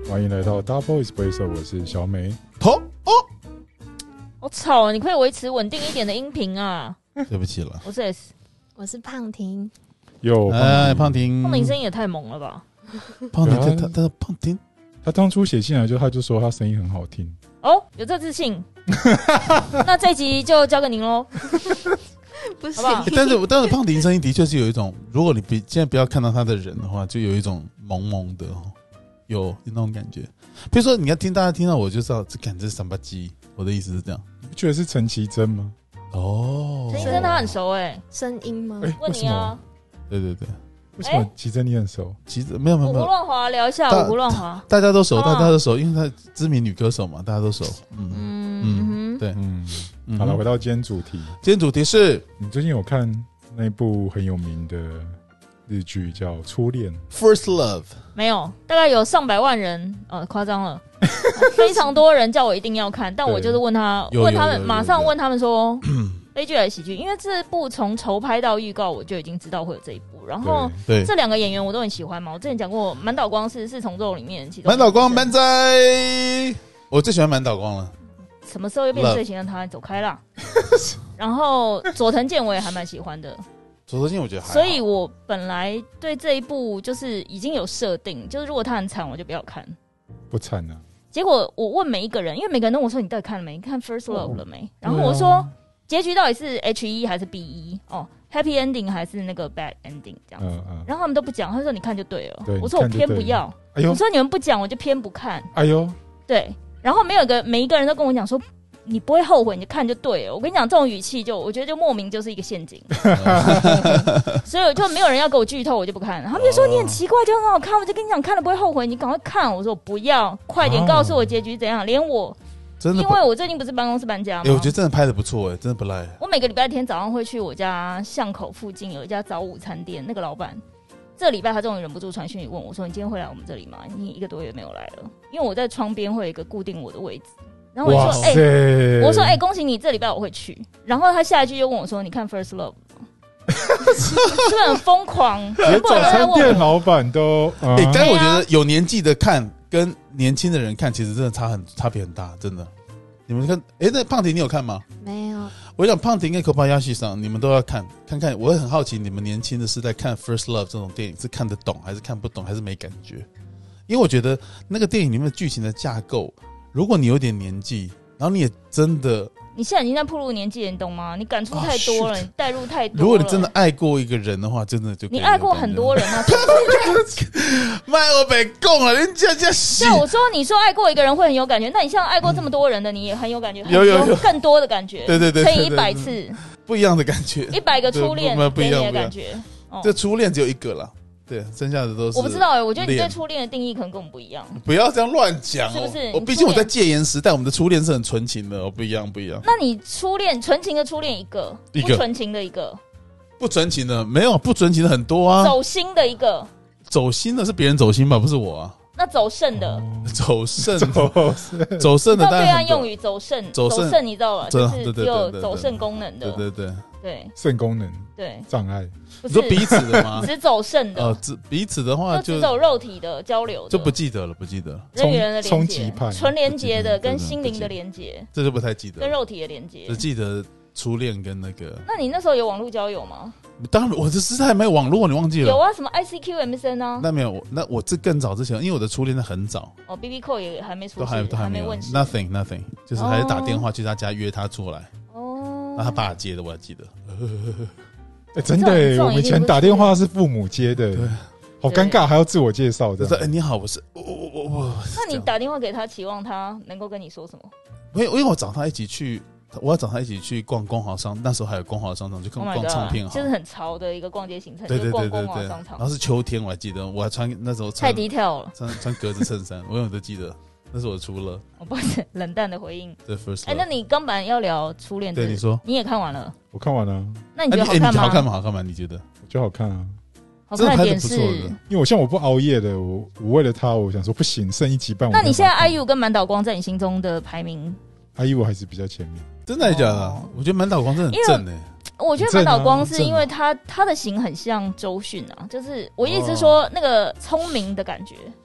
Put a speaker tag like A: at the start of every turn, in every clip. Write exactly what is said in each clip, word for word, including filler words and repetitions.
A: 欢迎来到 Double Espresso， 我是小美。
B: 头哦，
C: 好吵，你可以维持稳定一点的音频啊！
B: 对不起了，
C: 我是 S，
D: 我是胖婷。
A: 哟，
B: 哎，胖婷，
C: 胖婷声音也太猛了吧！
B: 胖婷，他他他胖婷，
A: 他当初写信来就他就说他声音很好听。
C: 哦，有这自信，那这一集就交给您喽。
D: 不是，
C: 好不好
B: 但是但是胖婷声音的确是有一种，如果你比现在不要看到他的人的话，就有一种萌萌的，有有那种感觉。比如说，你要听大家听到我就知道，这感这是三八鸡。我的意思是这样。
A: 你不觉得是陈绮贞吗？
B: 哦，
C: 陈医生他很熟哎、欸，
D: 声音吗？
A: 哎、
C: 问你啊，
B: 对对对，
A: 为什么绮贞你很熟？
B: 其实没有没有没有，
C: 五胡乱华聊一下，
B: 大
C: 五胡乱华。
B: 大家都熟，
C: 哦
B: 大家都熟，因为她知名女歌手嘛，大家都熟。嗯
C: 嗯
B: 嗯，
C: 嗯，
B: 对。
A: 嗯，
B: 嗯
A: 好了，回到今天主题。
B: 今天主题是
A: 你最近有看那部很有名的日剧叫《初恋》？
B: First Love。
C: 没有，大概有上百万人，呃，夸张了，非常多人叫我一定要看，但我就是问他，
B: 有有
C: 问他们，
B: 有有有
C: 马上问他们说，悲剧还是喜剧？因为这部从筹拍到预告，我就已经知道会有这一部，然后
B: 对，
C: 这两个演员我都很喜欢嘛。我之前讲过，满岛光是四重奏里面其中
B: 满岛光
C: 满
B: 满仔，我最喜欢满岛光了。
C: 什么时候又变成最喜欢他？走开啦！然后佐藤健我也还蛮喜欢的，
B: 佐藤健我觉得还好，
C: 所以我本来对这一部就是已经有设定，就是如果他很惨，我就不要看。
A: 不惨啊！
C: 结果我问每一个人，因为每个人都问我说你到底看了没？你看 First Love 了没？
A: 哦
C: 然后我说结局到底是 H 一 还是 B 一？哦 ，Happy Ending 还是那个 Bad Ending 这样子。
A: 嗯嗯，
C: 然后他们都不讲，他说你看就对了。
A: 对
C: 我说我偏不
A: 你看就对了
C: 要。
A: 哎呦
C: 我说你们不讲，我就偏不看。
A: 哎呦，
C: 对，然后没有一个每一个人都跟我讲说，你不会后悔，你就看就对了。我跟你讲，这种语气就我觉得就莫名就是一个陷阱，所以我就没有人要给我剧透，我就不看。他们就说你很奇怪，就很好看，我就跟你讲看了不会后悔，你赶快看。我说我不要，快点告诉我结局怎样，连我。
B: 真的不，
C: 因为我最近不是办公室搬家吗？
B: 哎，我觉得真的拍的不错，哎，真的不赖。
C: 我每个礼拜天早上会去我家巷口附近有一家早午餐店，那个老板这礼拜他终于忍不住传讯息问我说：“你今天会来我们这里吗？你一个多月没有来了。”因为我在窗边会有一个固定我的位置，然后我就说：“哎、欸，我说哎、欸，恭喜你，这礼拜我会去。”然后他下一句就问我说：“你看 First Love 吗？”是不是很疯狂？
A: 连早餐店老板都……哎、
B: 嗯，但是我觉得有年纪的看跟年轻的人看，其实真的差很差别很大，真的。你们看，哎，那胖婷你有看吗？
D: 没有。
B: 我想胖婷跟Kobayashi上，你们都要看看看。我很好奇，你们年轻的时代看《First Love》这种电影是看得懂，还是看不懂，还是没感觉？因为我觉得那个电影里面的剧情的架构，如果你有点年纪，然后你也真的，
C: 你现在已经在暴露年纪，你懂吗？你感触太多了， oh, 你代入太多了。
B: 如果你真的爱过一个人的话，真的就可以
C: 你爱过很多人啊。
B: 卖我北贡了，人家家
C: 对，我说你说爱过一个人会很有感觉，那你像爱过这么多人的，你也很有感觉，
B: 有有有
C: 更多的感觉，
B: 对对对，
C: 乘以一百次，
B: 不一样的感觉，
C: 一百个初恋
B: 不一样
C: 的感觉。
B: 这初恋只有一个啦。对，剩下的都是
C: 我不知道哎、欸，我觉得你对初恋的定义可能跟我们不一样。
B: 不要这样乱讲，
C: 是不是？
B: 我毕竟我在戒严时代，我们的初恋是很纯情的，哦，不一样，不一样。
C: 那你初恋纯情的初恋一个，
B: 一个
C: 不纯情的一个，
B: 不纯情的没有，不纯情的很多啊。
C: 走心的一个，
B: 走心的是别人走心吧，不是我啊。
C: 那走肾的，
B: 走肾，
A: 走肾，
B: 走肾的，
C: 对岸用语走肾，走肾你知道吧？就是只有走肾功能的，
B: 对对对
C: 对，
A: 肾功能
C: 对
A: 障碍。
B: 你说彼此的吗？
C: 只走肾的，
B: 哦，只彼此的话就
C: 只走肉体的交流，
B: 就不记得了，不记得了。
C: 人与人的连接，
A: 派，
C: 纯连接的跟心灵的连接，
B: 这就不太记得，
C: 跟肉体的连接，
B: 只记得初恋跟那个。
C: 那你那时候有网络交友吗？
B: 当然，我的时代没有网络，你忘记了？
C: 有啊，什么 I C Q、M S N 啊？
B: 那没有，那我这更早之前，因为我的初恋是很早。
C: 哦 ，B B Call 也还没出
B: 都还都还没
C: 问世
B: ，nothing nothing， 就是还是打电话去他家约他出来。
C: 哦，
B: 那他爸接的，我还记得。
A: 哎，真的哎，我们以前打电话是父母接的，好尴尬，还要自我介绍的。
B: 哎，你好，我是我我我我。
C: 那你打电话给他，期望他能够跟你说什么？
B: 因为因为我找他一起去。我要找他一起去逛光华商，那时候还有光华商场，去逛逛唱片行，
C: 就是很潮的一个逛街行程。
B: 对对对对
C: 对，
B: 然后是秋天，我还记得，我还穿那时候
C: 太低调了，
B: 穿穿格子衬衫，我永远都记得，那是我的初乐。
C: 哦，不是冷淡的回应。
B: 对 ，first。
C: 哎，那你刚本要聊初恋，
B: 对你说，
C: 你也看完了？
A: 我看完了。
C: 那你觉得好看吗？
B: 好看吗？好看吗？你觉得？
A: 我觉得好看啊。
C: 好看的点是，
A: 因为我像我不熬夜的，我我为了他，我想说不行，剩一集半。
C: 那你现在 I U 跟满岛光在你心中的排名
A: ？I U 还是比较前面。
B: 真的还是假的？哦、我觉得满岛光真的很正诶、欸。
C: 我觉得满岛光是因为他、啊、他的型很像周迅啊，就是我一直说那个聪明的感觉。哦，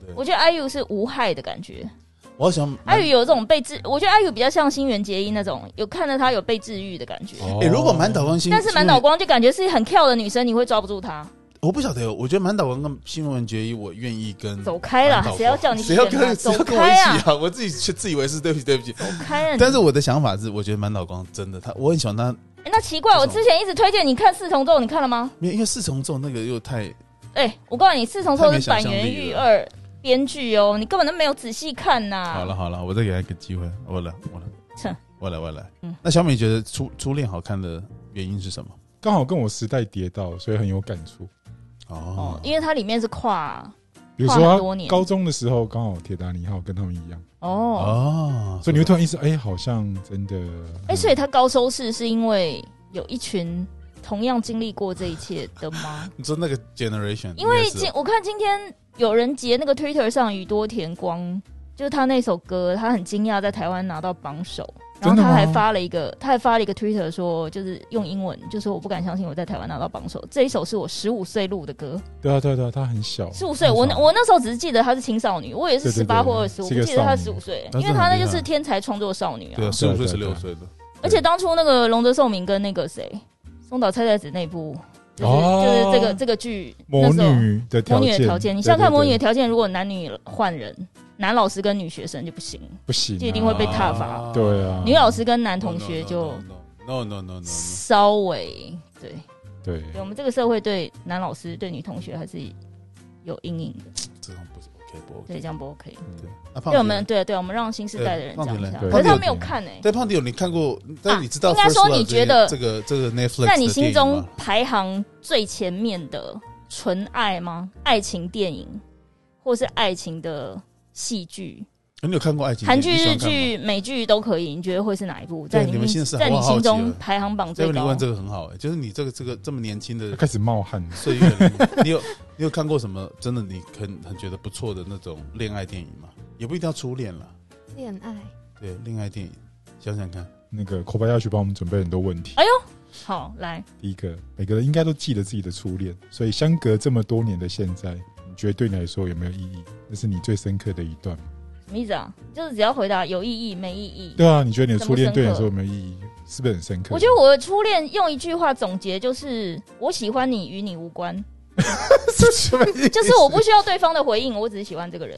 C: 我觉得 I U 是无害的感觉。
B: 我好想
C: I U 有这种被治，我觉得 I U 比较像新垣结衣那种，有看到她有被治愈的感觉。
B: 哎、欸，如果满岛光新，
C: 但是满岛光就感觉是很跳的女生，你会抓不住她。
B: 我不晓得，我觉得满岛光跟新垣结衣，我愿意跟
C: 走开了，谁要叫你
B: 谁要跟
C: 走
B: 开我一起啊？我自己自以为是，对不起对不起，
C: 走开了。
B: 但是我的想法是，我觉得满岛光真的他，我很喜欢他。
C: 欸、那奇怪，我之前一直推荐你看四重奏，你看了吗？
B: 没有，因为四重奏那个又太……
C: 哎、欸，我告诉你，四重奏是板垣裕二编剧哦，你根本都没有仔细看呐、啊。
B: 好了好了，我再给他一个机会，我来我来，我来我来。
C: 嗯，
B: 那小美觉得初初恋好看的原因是什么？
A: 刚好跟我时代跌到，所以很有感触。
C: 哦，因为它里面是跨，
A: 比如说他高中的时候刚好铁达尼号跟他们一样。
C: 哦
B: 哦，
A: 所以你会突然意识，哎、欸，好像真的。
C: 哎、欸，所以他高收视是因为有一群同样经历过这一切的吗？
B: 你说那个 generation？
C: 因为今我看今天有人截那个 Twitter 上宇多田光，就是他那首歌，他很惊讶在台湾拿到榜首。然后他还发了一个，他还发了一个 Twitter 说，就是用英文，就说我不敢相信我在台湾拿到榜首。这一首是我十五岁录的歌。
A: 对啊，对啊，对啊，他很小，
C: 十五岁。我我那时候只是记得她是青少女，我也是十八或二十，我不记得她十五岁，因为她那就是天才创作少女啊。
B: 对啊，十五岁、十六岁的。
C: 而且当初那个龙泽寿明跟那个谁，松岛菜菜子那部。就是、哦、就是这个这个剧
A: 魔女的条件，
C: 魔女的条件，你想想看魔女的条件，如果男女换人，男老师跟女学生就不行，
A: 不行、啊，
C: 就一定会被挞伐、啊。
A: 对啊，
C: 女老师跟男同学就
B: no no no no
C: 稍微对
A: 对
C: 对，我们这个社会对男老师对女同学还是有阴影的，
B: 这种不是 OK 不 OK，
C: 对，这样不 OK。
B: 对，
C: 那对我们对对，我们让新时代的人讲一下，可是他没有看哎。
B: 对，胖迪有你看过？但你知道
C: 应该说你觉得
B: 这个这个 Netflix
C: 在你心中排行最前面的纯爱吗？爱情电影，或是爱情的戏剧？
B: 你有看过爱情
C: 韩剧、日剧、美剧都可以，你觉得会是哪一部？在你们在你心中排行榜最高？
B: 你问这个很好哎、欸，就是你这个这个这么年轻的
A: 开始冒汗
B: 岁月里，你有你有看过什么真的你很很觉得不错的那种恋爱电影吗？也不一定要初恋了，
D: 恋爱
B: 对恋爱电影，想想看。
A: 那个口白要去帮我们准备很多问题。
C: 哎呦，好来，
A: 第一个，每个人应该都记得自己的初恋，所以相隔这么多年的现在，你觉得对你来说有没有意义？那是你最深刻的一段吗？
C: 什么意思啊？就是只要回答有意义没意义。
A: 对啊，你觉得你的初恋对你来说有没有意义？是不是很深刻？
C: 我觉得我的初恋用一句话总结就是：我喜欢你，与你无关。就是我不需要对方的回应，我只是喜欢这个人。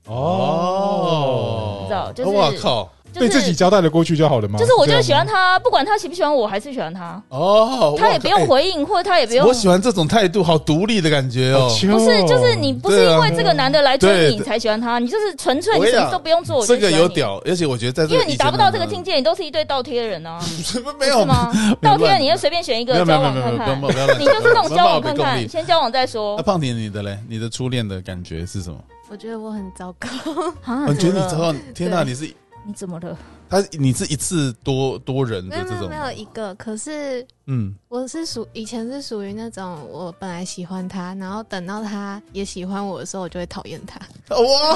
B: 哦，
C: 你知道，就是
B: 我靠。
A: 对自己交代的过去就好了吗？
C: 就是我就是喜欢他，不管他喜不喜欢我，还是喜欢他。
B: 哦，
C: 他也不用回应，欸、或者他也不用。
B: 我喜欢这种态度，好独立的感觉哦。
C: 不是，就是你不是因为这个男的来追你才喜欢他，你就是纯粹你什么都不用做。
B: 这个有屌，而且我觉得在这个
C: 因为你达不到这个境界，你都是一堆倒贴的人啊。
B: 没有
C: 吗？倒贴你就随便选一个交往看看，你就是这种交往看看，先交往再说。
B: 那胖婷你的嘞？你的初恋的感觉是什么？
D: 我觉得我很糟糕
C: 啊！
B: 我觉得你糟糕，天哪，你是
C: 你怎么了？
B: 他你是一次多多人的这种，
D: 没有没有一个，可是嗯，我是属以前是属于那种我本来喜欢他，然后等到他也喜欢我的时候，我就会讨厌他。
B: 哇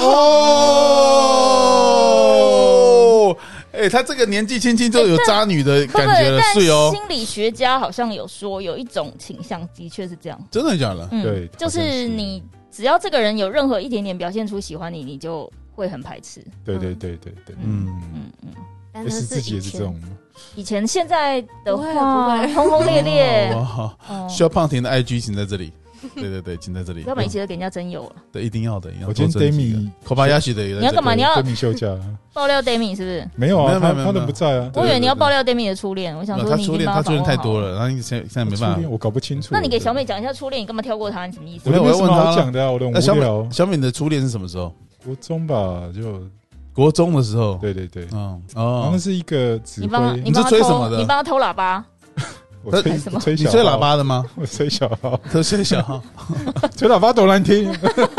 B: 哦！哎、欸，他这个年纪轻轻就有渣女的感觉了，是哦。
C: 心理学家好像有说，有一种倾向的确是这样，
B: 真的假的？
C: 嗯，
A: 对，
C: 就是你只要这个人有任何一点点表现出喜欢你，你就会很排斥。
A: 对对对对对，
C: 嗯嗯嗯。
D: 但
A: 是自己也是这种吗？
C: 以前现在的话，轰轰烈烈。
B: 哦，需要胖婷的 I G 请在这里。对对对，请在这里。
C: 要不然一起都给人家真有了。
B: 对，一定要的。
A: 我今天 Demi
B: 口巴亚西的，
C: 你要干嘛？你要
A: Demi 休假
C: 爆料 Demi 是不是？
A: 没有啊，他他都不在啊。
C: 我以为你要爆料 Demi 的初恋，我想说你
B: 初恋他初恋太多了，然后现在现在没办法，
A: 我搞不清楚。
C: 那你给小美讲一下初恋，你干嘛跳过他？你什么意思？
A: 我没有什么好讲的啊，我的无聊。
B: 小美的初恋是什么时候？
A: 国中吧，就。
B: 国中的时候，
A: 对对对，
B: 嗯哦，
A: 那是一个指挥，
B: 你是吹什么的？
C: 你帮他偷喇叭，
A: 我吹
C: 什么？
A: 吹
B: 你吹喇叭的吗？
A: 我吹小号，
B: 他吹小号，
A: 吹喇叭多难听。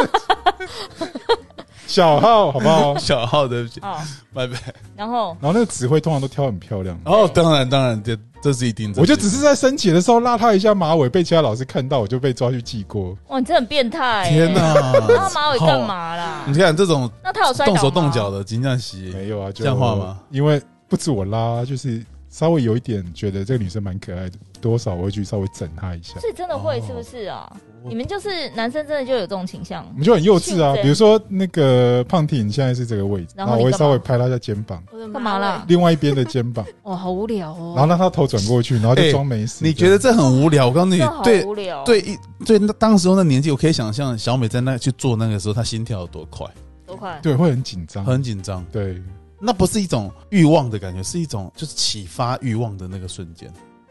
A: 小号好不好？
B: 小号对不起，拜拜。
C: 然后，
A: 然后那个指挥通常都挑很漂亮。
B: 哦，当然当然，这这是一定。
A: 我就只是在升旗的时候拉他一下马尾，被其他老师看到，我就被抓去记过。
C: 哇，你真的很变态！
B: 天哪，
C: 拉马尾干嘛啦？
B: 你看这种，
C: 那他有摔倒吗？
B: 动手动脚的，金匠席
A: 没有啊？
B: 这样话吗？
A: 因为不止我拉，就是稍微有一点觉得这个女生蛮可爱的，多少我会去稍微整她一下。
C: 是真的会是不是啊？你们就是男生真的就有这种倾向？
A: 我们就很幼稚啊，比如说那个胖婷现在是这个位置，然后我会稍微拍她一下肩膀，
C: 干嘛啦？
A: 另外一边的肩膀，
C: 哇，好无聊哦。
A: 然后让她头转过去，然后就装没事。
B: 你觉得这很无聊？我告诉你，对，
C: 无聊。
B: 对，对，那当时候那年纪，我可以想象小美在那去做那个时候，她心跳有多快，
C: 多快？
A: 对，会很紧张，
B: 很紧张，
A: 对。
B: 那不是一种欲望的感觉，是一种就是启发欲望的那个瞬间。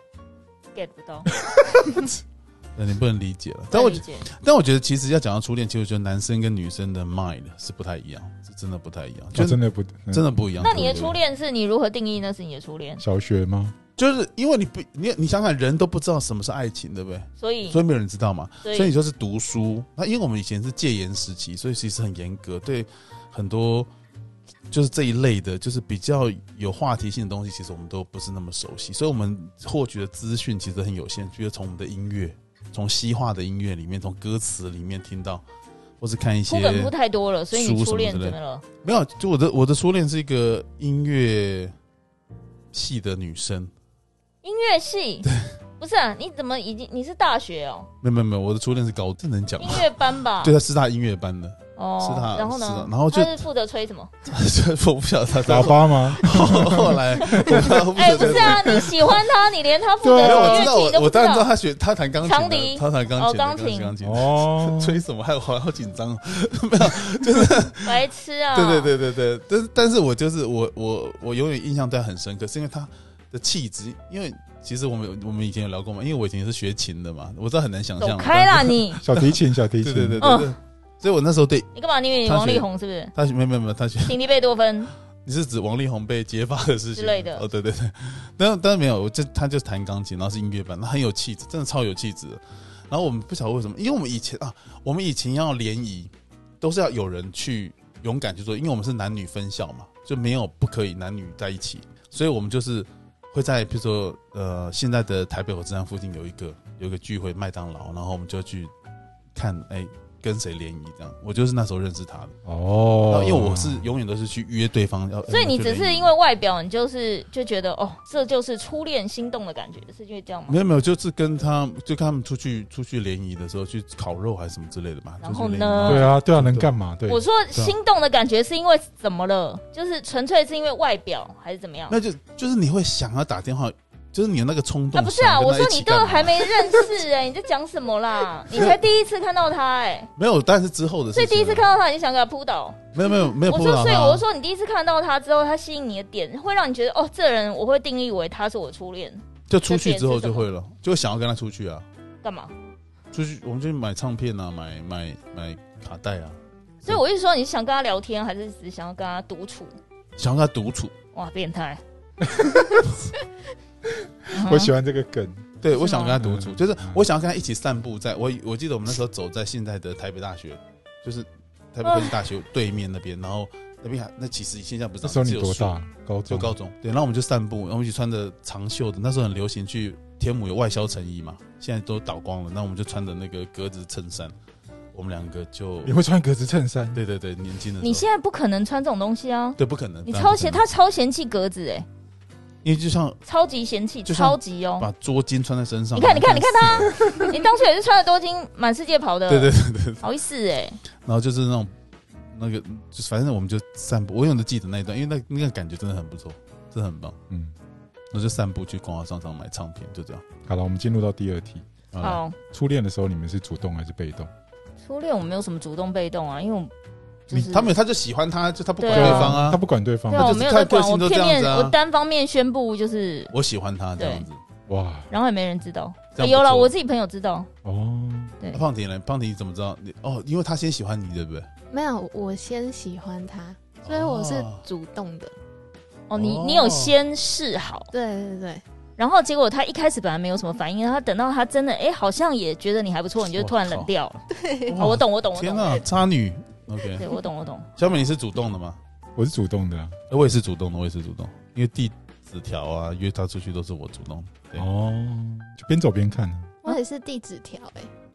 C: get 不到，
B: 你不能理解了。但我但我觉得其实要讲到初恋，其实我觉得男生跟女生的 mind 是不太一样，是真的不太一样，就
A: 真的不
B: 真的不一样。
C: 那你的初恋是你如何定义那是你的初恋？
A: 小学吗？
B: 就是因为你不你你想想，人都不知道什么是爱情，对不对？
C: 所以
B: 所以没有人知道嘛。
C: 所以
B: 所以你就是读书。那因为我们以前是戒严时期，所以其实很严格，对很多。就是这一类的，就是比较有话题性的东西，其实我们都不是那么熟悉，所以我们获取的资讯其实很有限，就是从我们的音乐，从西化的音乐里面，从歌词里面听到，或是看一些
C: 书本铺太多了，所以你初恋怎么了？
B: 没有，就我的我的初恋是一个音乐系的女生，
C: 音乐系。不是啊，你怎么已经你是大学哦？
B: 没有没有没有，我的初恋是高，这能讲吗？
C: 音乐班吧？
B: 对，他是他音乐班的。
C: 哦，
B: 是他，
C: 然后呢？
B: 然后就
C: 他是负责吹什么？
B: 我不晓得他
A: 喇叭吗？
B: 后来，
C: 哎、欸，不是啊，你喜欢他，你连他负责的乐器都不知道。
B: 我当然知道他学，他弹钢琴，
C: 长笛，
B: 他弹钢琴，
C: 哦，钢琴，
B: 钢琴，
A: 哦，
B: 吹什么？还有好好紧张，没有，就是
C: 白痴啊！
B: 对对对对对，但是但是我就是我我我永远印象对他很深刻，是因为他的气质，因为。其实我们我们以前有聊过嘛，因为我以前也是学琴的嘛，我知道很难想象。
C: 走开啦你！
A: 小提琴，小提琴，
B: 对对对对对。所以我那时候对
C: 你干嘛？你以为王力宏是不是？
B: 他没有没有没有，他学
C: 情敌贝多芬。
B: 你是指王力宏被揭发的事情
C: 之类的？
B: 哦，对对对，但但是没有，我就他就弹钢琴，然后是音乐班，他很有气质，真的超有气质的。然后我们不晓得为什么，因为我们以前啊，我们以前要联谊，都是要有人去勇敢去做，因为我们是男女分校嘛，就没有不可以男女在一起，所以我们就是。会在比如说呃现在的台北火车站附近有一个有一个聚会麦当劳，然后我们就去看哎、欸、跟谁联谊这样，我就是那时候认识他的哦，因为我是永远都是去约对方要，
C: 所以你只是因为外表你就是就觉得哦这就是初恋心动的感觉，是因为这样吗？
B: 没有没有，就是跟他就跟他们出去出去联谊的时候去烤肉还是什么之类的嘛。
C: 然后呢？
A: 对啊对啊，能干嘛？对，
C: 我说心动的感觉是因为怎么了？就是纯粹是因为外表还是怎么样？
B: 那就就是你会想要打电话。就是你有那个冲动
C: 啊！不是啊，我说你都还没认识哎、欸，你在讲什么啦？你才第一次看到他哎、欸，
B: 没有，但是之后的事情，
C: 所以第一次看到他，你想给他扑倒？
B: 没有没有没有扑倒。
C: 我说，所以我说你第一次看到他之后，他吸引你的点会让你觉得哦，这人我会定义为他是我初恋。
B: 就出去之后就会了，就会想要跟他出去啊。
C: 干嘛？
B: 出去我们就买唱片啊，买买买卡带啊。
C: 所以我一直说，你是想跟他聊天，还是只想要跟他独处？
B: 想要跟他独处。
C: 哇，变态！
A: 我喜欢这个梗，
B: 对，我想跟他独处，就是我想要跟他一起散步在。在我我记得我们那时候走在现在的台北大学，就是台北科技大学对面那边，然后那边还那其实现在不是
A: 那时候你多大？高中，
B: 高中。对，然后我们就散步，然后我们一起穿着长袖的，那时候很流行去天母有外销成衣嘛，现在都倒光了，那我们就穿着那个格子衬衫。我们两个就
A: 你会穿格子衬衫？
B: 对对对，年轻的时候。
C: 你现在不可能穿这种东西啊！
B: 对，不可能。
C: 你超嫌他超嫌弃格子哎、欸，
B: 因为就像
C: 超级嫌弃，超级哦，
B: 把桌巾穿在身上。
C: 你看，你看，你看他，你当初也是穿着多巾满世界跑的，
B: 对对对对，
C: 好意思哎、欸。
B: 然后就是那种那个，就反正我们就散步，我永远都记得那一段，因为那那个感觉真的很不错，真的很棒。嗯，然后就散步去光华商场买唱片，就这样。
A: 好了，我们进入到第二题。
C: 好，
A: 初恋的时候你们是主动还是被动？
C: 初恋我没有什么主动被动啊，因为我、就是、
B: 他没有，他就喜欢他，就他不管对方啊，
A: 他不管对方，
C: 对、啊，我没有在管，我片面，我单方面宣布就是
B: 我喜欢他这样子，
A: 哇，
C: 然后也没人知道，欸、有啦，我自己朋友知道
A: 哦。
C: 对，
B: 啊、胖婷呢？胖婷怎么知道？你哦，因为他先喜欢你，对不对？
D: 没有，我先喜欢他，所以我是主动的。
C: 哦，你你有先示好，
D: 对对对。
C: 然后结果他一开始本来没有什么反应，他等到他真的哎、欸，好像也觉得你还不错，你就突然冷掉了。对，哦，我懂，我懂，我懂。
B: 天哪，渣女 ，OK，
C: 对我懂，我懂。
B: 小美，你是主动的吗？
A: 我是主动的、啊，
B: 我也是主动的，我也是主动，因为递纸条啊，约他出去都是我主动。
A: 哦，就边走边看、啊。
D: 我也是递纸条，哎，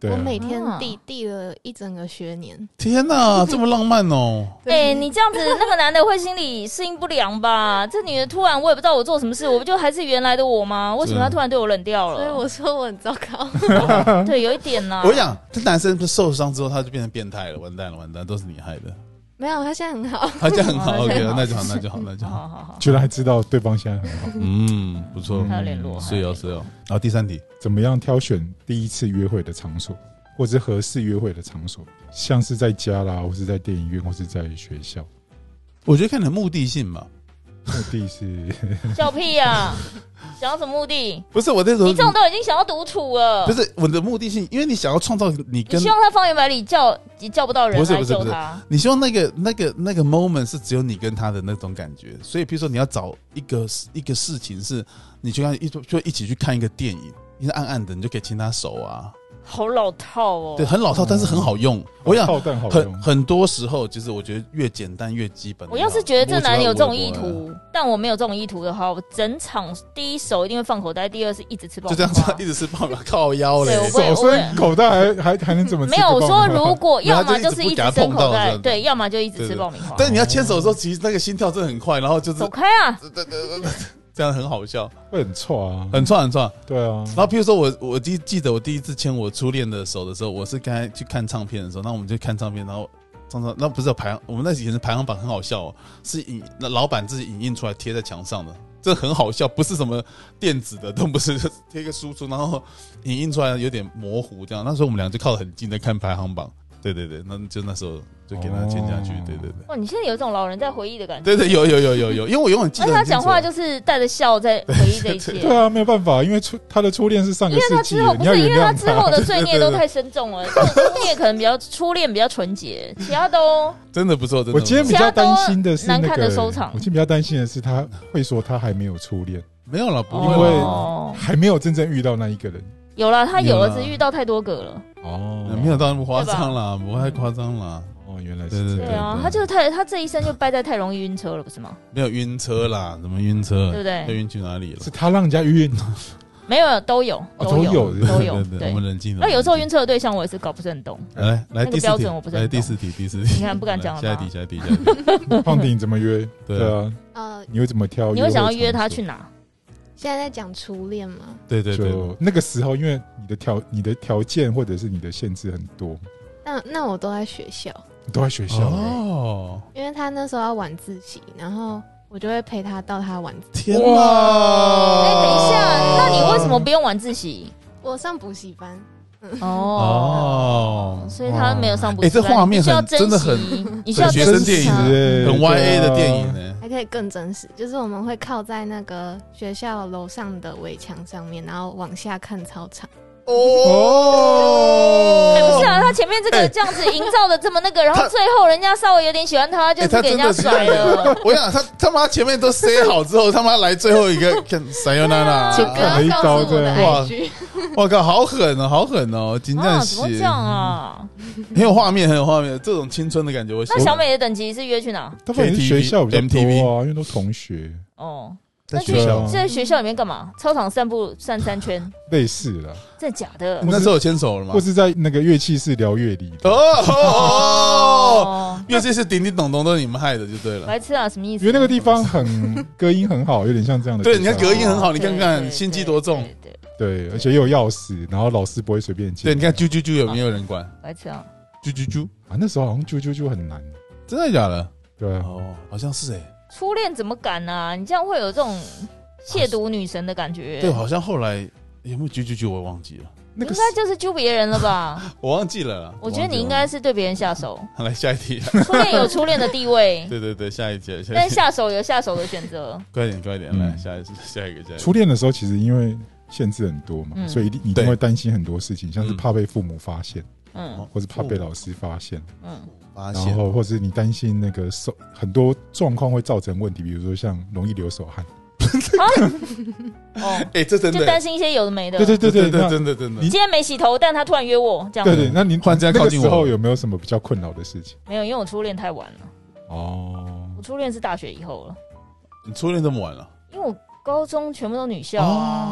A: 对、啊，
D: 我每天递递了一整个学年。
B: 天哪，这么浪漫哦！
C: 哎、欸，你这样子，那个男的会心里适应不良吧？这女的突然，我也不知道我做什么事，我不就还是原来的我吗？为什么他突然对我冷掉了？
D: 所以我说我很糟糕。
C: 对，有一点呐、啊。
B: 我想，这男生不是受伤之后他就变成变态了，完蛋了，完蛋，都是你害的。
D: 没有，他现在很好，
B: 他现在很好 ，OK， 那就好，那就好，那就好，
C: 好好好，
A: 居然还知道对方现在很好，
B: 嗯，不错，
C: 还有联络，
B: 是哦，是哦。然后第三题，
A: 怎么样挑选第一次约会的场所，或者是合适约会的场所，像是在家啦，或是在电影院，或是在学校？
B: 我觉得看你的目的性嘛。
A: 目的是
C: 笑屁呀、啊！想要什么目的？
B: 不是我那时候，
C: 你这种都已经想要独处了。
B: 不是我的目的性，因为你想要创造你跟
C: 你希望他方圆百里叫你叫不到人来救他。
B: 你希望那个那个那个 moment 是只有你跟他的那种感觉。所以，比如说你要找一个一个事情，是你去看一就一起去看一个电影，因为暗暗的，你就可以牵他手啊。
C: 好老套哦，
B: 对，很老套，但是很好用。嗯、我想很很多时候，就是我觉得越简单越基本。
C: 我要是觉得这男人有这种意图，但我没有这种意图的话，我整场第一手一定会放口袋，第二是一直吃爆米花，
B: 就这样一直吃爆米花，靠腰嘞。
A: 手伸口袋还还还能怎么吃？
C: 没有，我说如果要么就是一直伸口袋，对，要么就一直吃爆米花。
B: 但是你要牵手的时候，其实那个心跳真的很快，然后就是
C: 走开啊。
B: 这样很好笑，
A: 会很错啊，
B: 很错很错。
A: 对啊，
B: 然后譬如说我我记记得我第一次牵我初恋的手的时候，我是刚才去看唱片的时候，那我们就看唱片，然后唱唱那不是有排行，我们那以前的排行榜很好笑哦，是影那老板自己影印出来贴在墙上的，这很好笑，不是什么电子的，都不是贴一个输出，然后影印出来有点模糊这样。那时候我们俩就靠得很近在看排行榜。对对对，那就那时候就给他签下去，对对对。
C: 哇，你现在有一种老人在回忆的感觉。
B: 对对，有有有有有，因为我永远记得。
C: 而且他讲话就是带着笑在回忆这一切。
A: 对啊，没有办法，因为初他的初恋是上个世纪，
C: 因为他之后不是，因为他之后的罪孽都太深重了。这种初恋可能比较初恋比较纯洁，其他都
B: 真的不错。真的，
A: 我今天比较担心的是
C: 难看的收场。
A: 我今天比较担心的是他会说他还没有初恋，
B: 没有了，不
A: 因为还没有真正遇到那一个人。
C: 有啦，他有儿子遇到太多个了。
A: 哦，
B: 没有到那么夸张啦，不会太夸张啦。
A: 哦，原来是
B: 这样。
C: 对啊，他就是太，他这一生就败在太容易晕车了，不是吗？
B: 没有晕车啦，怎么晕车？
C: 对不对？
B: 要晕去哪里了？
A: 是他让人家晕。
C: 没有，都有，
A: 都有，
C: 都有。
B: 对，我们冷静。
C: 那有时候晕车的对象我也是搞不是很懂。
B: 来来，
C: 那个标准我不是很懂。
B: 来第四题，第四题。
C: 你看不敢讲了。
B: 下一题，下一题，下一题。
A: 胖丁怎么约？对啊，
D: 呃，
A: 你会怎么挑？
C: 你会想要约他去哪？
D: 现在在讲初恋吗？
B: 对对对，
A: 那个时候，因为你的条、你的条件或者是你的限制很多。
D: 那那我都在学校，
A: 都在学校
B: 哦。
D: 因为他那时候要晚自习，然后我就会陪他到他晚自
B: 习。天哪！
C: 哎，等一下，那你为什么不用晚自习？
D: 我上补习班。
C: 哦，所以他没有上补习班。
B: 哎，这画面很真的很，
C: 你需要
B: 学生电影，很 Y A 的电影呢。
D: 还可以更真实，就是我们会靠在那个学校楼上的围墙上面，然后往下看操场。
C: 哦，哎，不是啊，他前面这个这样子营造的这么那个，然后最后人家稍微有点喜欢他，就是给人家甩了。
B: 我想他他妈前面都塞好之后，他妈来最后一个看塞尤娜娜，
D: 就看了一刀的哇！
B: 我靠，好狠哦，好狠哦！金正
C: 喜怎么这样啊？
B: 很有画面，很有画面，这种青春的感觉。我
C: 那小美的等级是约去哪？
A: 他们学校比较多啊，因为都同学。
C: 哦。
B: 在学校，
C: 在学校里面干嘛？操场散步散三圈，
A: 类似啦。
C: 真的假的？
B: 那时候有牵手了吗？
A: 或是在那个乐器室聊乐理？
B: 哦，乐器室叮叮咚咚都是你们害的，就对了。
C: 白痴啊，什么意思？
A: 因为那个地方很隔音很好，有点像这样的。
B: 对，你看隔音很好，你看看心机多重。
A: 对，而且又有钥匙，然后老师不会随便进。
B: 对，你看啾啾啾有没有人管？
C: 白痴啊，
B: 啾啾啾
A: 啊，那时候好像啾啾啾很难。
B: 真的假的？
A: 对啊，
B: 哦，好像是哎。
C: 初恋怎么敢啊？你这样会有这种亵渎女神的感觉。
B: 对，好像后来有没有啾啾啾，我忘记了。
C: 应该就是揪别人了吧？
B: 我忘记了啦。
C: 我觉得你应该是对别人下手。
B: 来下一题。
C: 初恋有初恋的地位。
B: 对对对，下一题。
C: 但下手有下手的选择。
B: 快点快点，来下一下一个下一个。
A: 初恋的时候，其实因为限制很多嘛，所以你一定会担心很多事情，像是怕被父母发现，嗯，或是怕被老师发现，嗯。然后，或是你担心那个手很多状况会造成问题，比如说像容易流手汗。
C: 哦，
B: 哎，这真的
C: 就担心一些有的没的。
A: 对对对对对，
B: 真的真的。
C: 你今天没洗头，但他突然约我，这样。
A: 对对，那您
B: 突然这样靠近我，
A: 那个时候有没有什么比较困扰的事情？
C: 没有，因为我初恋太晚了。
A: 哦，
C: 我初恋是大学以后了。
B: 你初恋这么晚了？
C: 因为我高中全部都女校啊。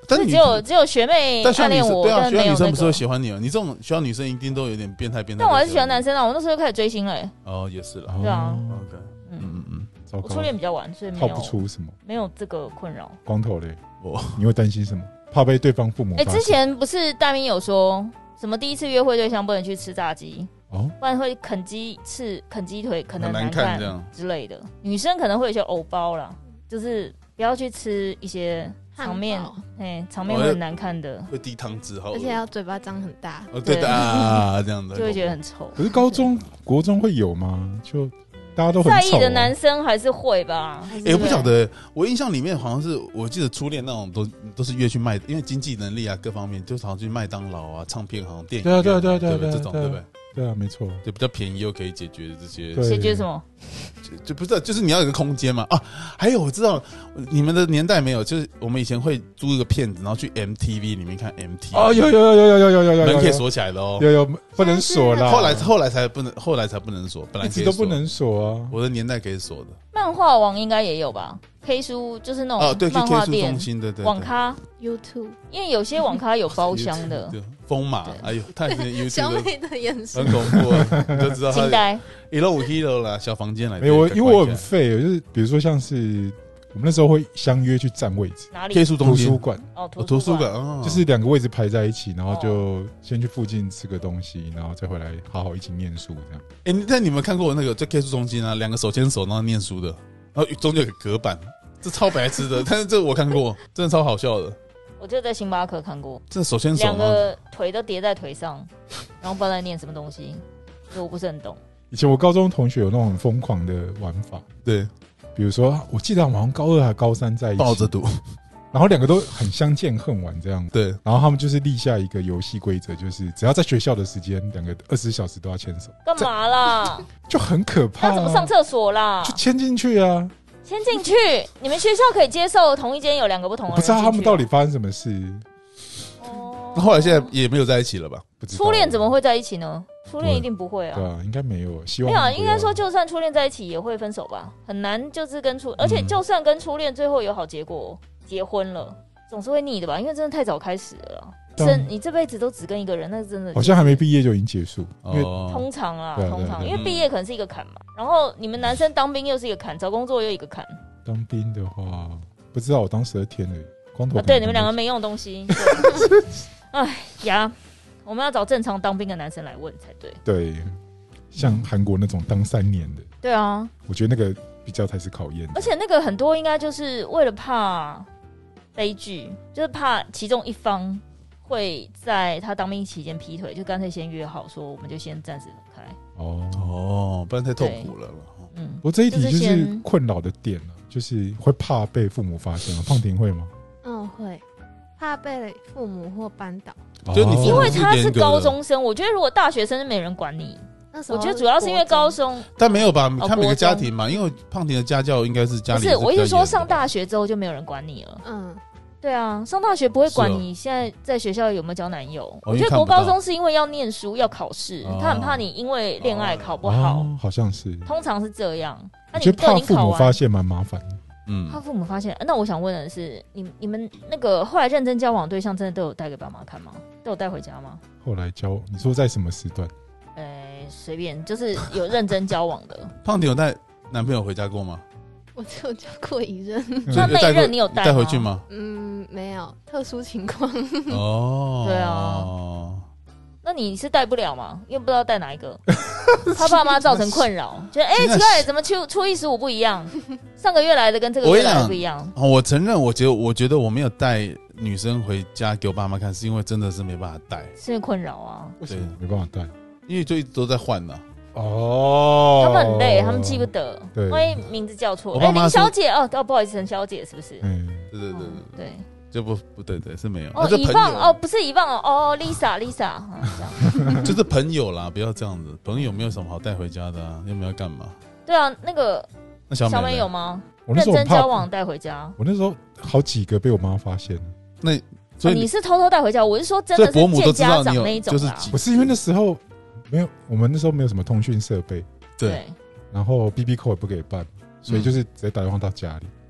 C: 但只有只有学妹暗恋我，
B: 对啊，
C: 学
B: 校女生不是会喜欢你吗？你这种学校女生一定都有点变态变态。
C: 但我还是喜欢男生啊，我那时候就开始追星了、欸。
B: 哦，也是了。
C: 对啊
B: ，OK， 嗯嗯嗯，
C: 我初恋比较晚，所以没有
A: 套不出什么，
C: 没有这个困扰。
A: 光头嘞，我你会担心什么？怕被对方父母？
C: 哎、欸，之前不是大明有说什么第一次约会对象不能去吃炸鸡？哦，不然会啃鸡翅、啃鸡腿，可能难看之类的。女生可能会有些藕包啦，就是不要去吃一些场面，哎，场面会很难看的，
B: 会滴汤汁，好，
D: 而且要嘴巴张很大，
B: 哦，对的啊，这样的
C: 就会觉得很丑。
A: 可是高中、国中会有吗？就大家都很
C: 在意的男生还是会吧？
B: 哎、欸，我不晓得，我印象里面好像是，我记得初恋那种都都是约去麦，因为经济能力啊各方面，就好像去麦当劳啊、唱片行、电影院，
A: 对啊对啊对啊对啊，
B: 这种对不对？
A: 对啊，没错，
B: 就比较便宜又可以解决这些。
C: 解决什么？
B: 就, 就不是，就是你要有个空间嘛。啊，还有我知道你们的年代没有，就是我们以前会租一个片子，然后去 M T V 里面看 M T V。
A: 哦，有有有有有有有有，
B: 门可以锁起来的哦。
A: 有有不能锁啦。
B: 后来后来才不能，后来才不能锁，本来
A: 一直都不能锁啊。
B: 我的年代可以锁的。
C: 漫画网应该也有吧 ？K 书就是那种漫画店、
B: 中心的
C: 网咖、
D: YouTube，
C: 因为有些网咖有包厢的。
B: 风马，哎呦，太 YouTube
D: 小美的眼神
B: 很恐怖啊！你就知道
C: 惊呆
B: 一楼五 Hero 啦，小房间来。
A: 没有，因为我很废，就是比如说像是我们那时候会相约去占位置，
C: 哪里？
B: K 书
A: 图书馆
C: 哦，
B: 图书馆，哦，
A: 就是两个位置排在一起，然后就先去附近吃个东西，然后再回来好好一起念书这样。
B: 哎、欸，那你们看过那个在 K 书中心啊，两个手牵手然后念书的，然后中间有个隔板，这超白痴的，但是这我看过，真的超好笑的。
C: 我就在星巴克看过，
B: 这手牵手，
C: 两个腿都叠在腿上，然后不知道在念什么东西，所以我不是很懂。
A: 以前我高中同学有那种很疯狂的玩法，
B: 对，
A: 比如说我记得好像高二还高三在一起
B: 抱着读，
A: 然后两个都很相见恨晚这样，
B: 对，
A: 然后他们就是立下一个游戏规则，就是只要在学校的时间，两个二十四小时都要牵手。
C: 干嘛啦？
A: 就很可怕、啊。
C: 那怎么上厕所啦？
A: 就牵进去啊。
C: 先进去，你们学校可以接受同一间有两个不同的人、啊？
A: 不知道他们到底发生什么事。
C: 哦，
B: 后来现在也没有在一起了吧？
A: 不知道。
C: 初恋怎么会在一起呢？初恋一定不会啊。
A: 对啊，应该没有。希望
C: 没有啊，应该说就算初恋在一起也会分手吧，很难就是跟初，而且就算跟初恋最后有好结果，结婚了总是会腻的吧？因为真的太早开始了啦。生你这辈子都只跟一个人，那真的、就是、
A: 好像还没毕业就已经结束。因为
C: 通常啊，通常因为毕业可能是一个坎嘛，然后你们男生当兵又是一个坎，找工作又一个坎。
A: 当兵的话，不知道我当十二天而已，光头、
C: 啊。对，你们两个没用的东西。哎呀，我们要找正常当兵的男生来问才对。
A: 对，像韩国那种当三年的。
C: 对啊，
A: 我觉得那个比较才是考验。
C: 而且那个很多应该就是为了怕悲剧，就是怕其中一方会在他当兵期间劈腿，就干脆先约好说，我们就先暂时分开。
A: 哦
B: 哦，不然太痛苦了。
A: 嗯，不过这一题就是困扰的点了、啊，就是会怕被父母发现啊。胖婷会吗？
D: 嗯，会，怕被父母或扳倒。
B: 就你
C: 因为他是高中生，我觉得如果大学生没人管你。我觉得主要是因为高中，
B: 但没有吧？看每个家庭嘛，因为胖婷的家教应该是家里
C: 不是，我意思说上大学之后就没有人管你了。嗯。对啊，上大学不会管你现在在学校有没有交男友。哦、我觉得国高中是因为要念书要考试、哦，他很怕你因为恋爱考不好、
A: 哦，好像是，
C: 通常是这样。
A: 那你怕父母发现蛮麻烦的。
B: 嗯，
C: 怕父母发现。那我想问的是，你你们那个后来认真交往对象真的都有带给爸妈看吗？都有带回家吗？
A: 后来交，你说在什么时段？
C: 呃，随便，就是有认真交往的。
B: 胖婷有带男朋友回家过吗？
D: 我只有交过一任，
C: 那那一任你有带
B: 带回去吗？
D: 嗯，没有，特殊情况。
B: 哦，
C: 对啊，那你是带不了吗？因为不知道带哪一个，他爸妈造成困扰，觉得哎、欸、奇怪，怎么初初一十五不一样？上个月来的跟这个月来的不一样。
B: 我, 我承认，我觉得我觉得我没有带女生回家给我爸妈看，是因为真的是没办法带，
C: 是因为困扰啊。
A: 为什么没办法带？
B: 因为就一直都在换呢、啊。
A: 哦，
C: 他们很累，他们记不得，万一名字叫错。哎、欸，林小姐哦，哦，不好意思，陈小姐是不是？
B: 嗯，对对对对
C: 对，对
B: 就不不对对是没有。
C: 哦，以放哦，不是以放哦，哦 ，Lisa Lisa，、嗯、这
B: 样就是朋友啦，不要这样子。朋友没有什么好带回家的啊，又没有干嘛？
C: 对啊，那个
B: 那小美
C: 小美有吗？认真交往带回家。
A: 我那时候好几个被我妈发现了。
B: 那所以、
C: 哦、你是偷偷带回家？我是说真的是见家长那一种啦。
A: 不是因为那时候没有，我们那时候没有什么通讯设备。
C: 对，
A: 然后 B B 扣也不给办，所以就是直接打电话到家里。
C: 对，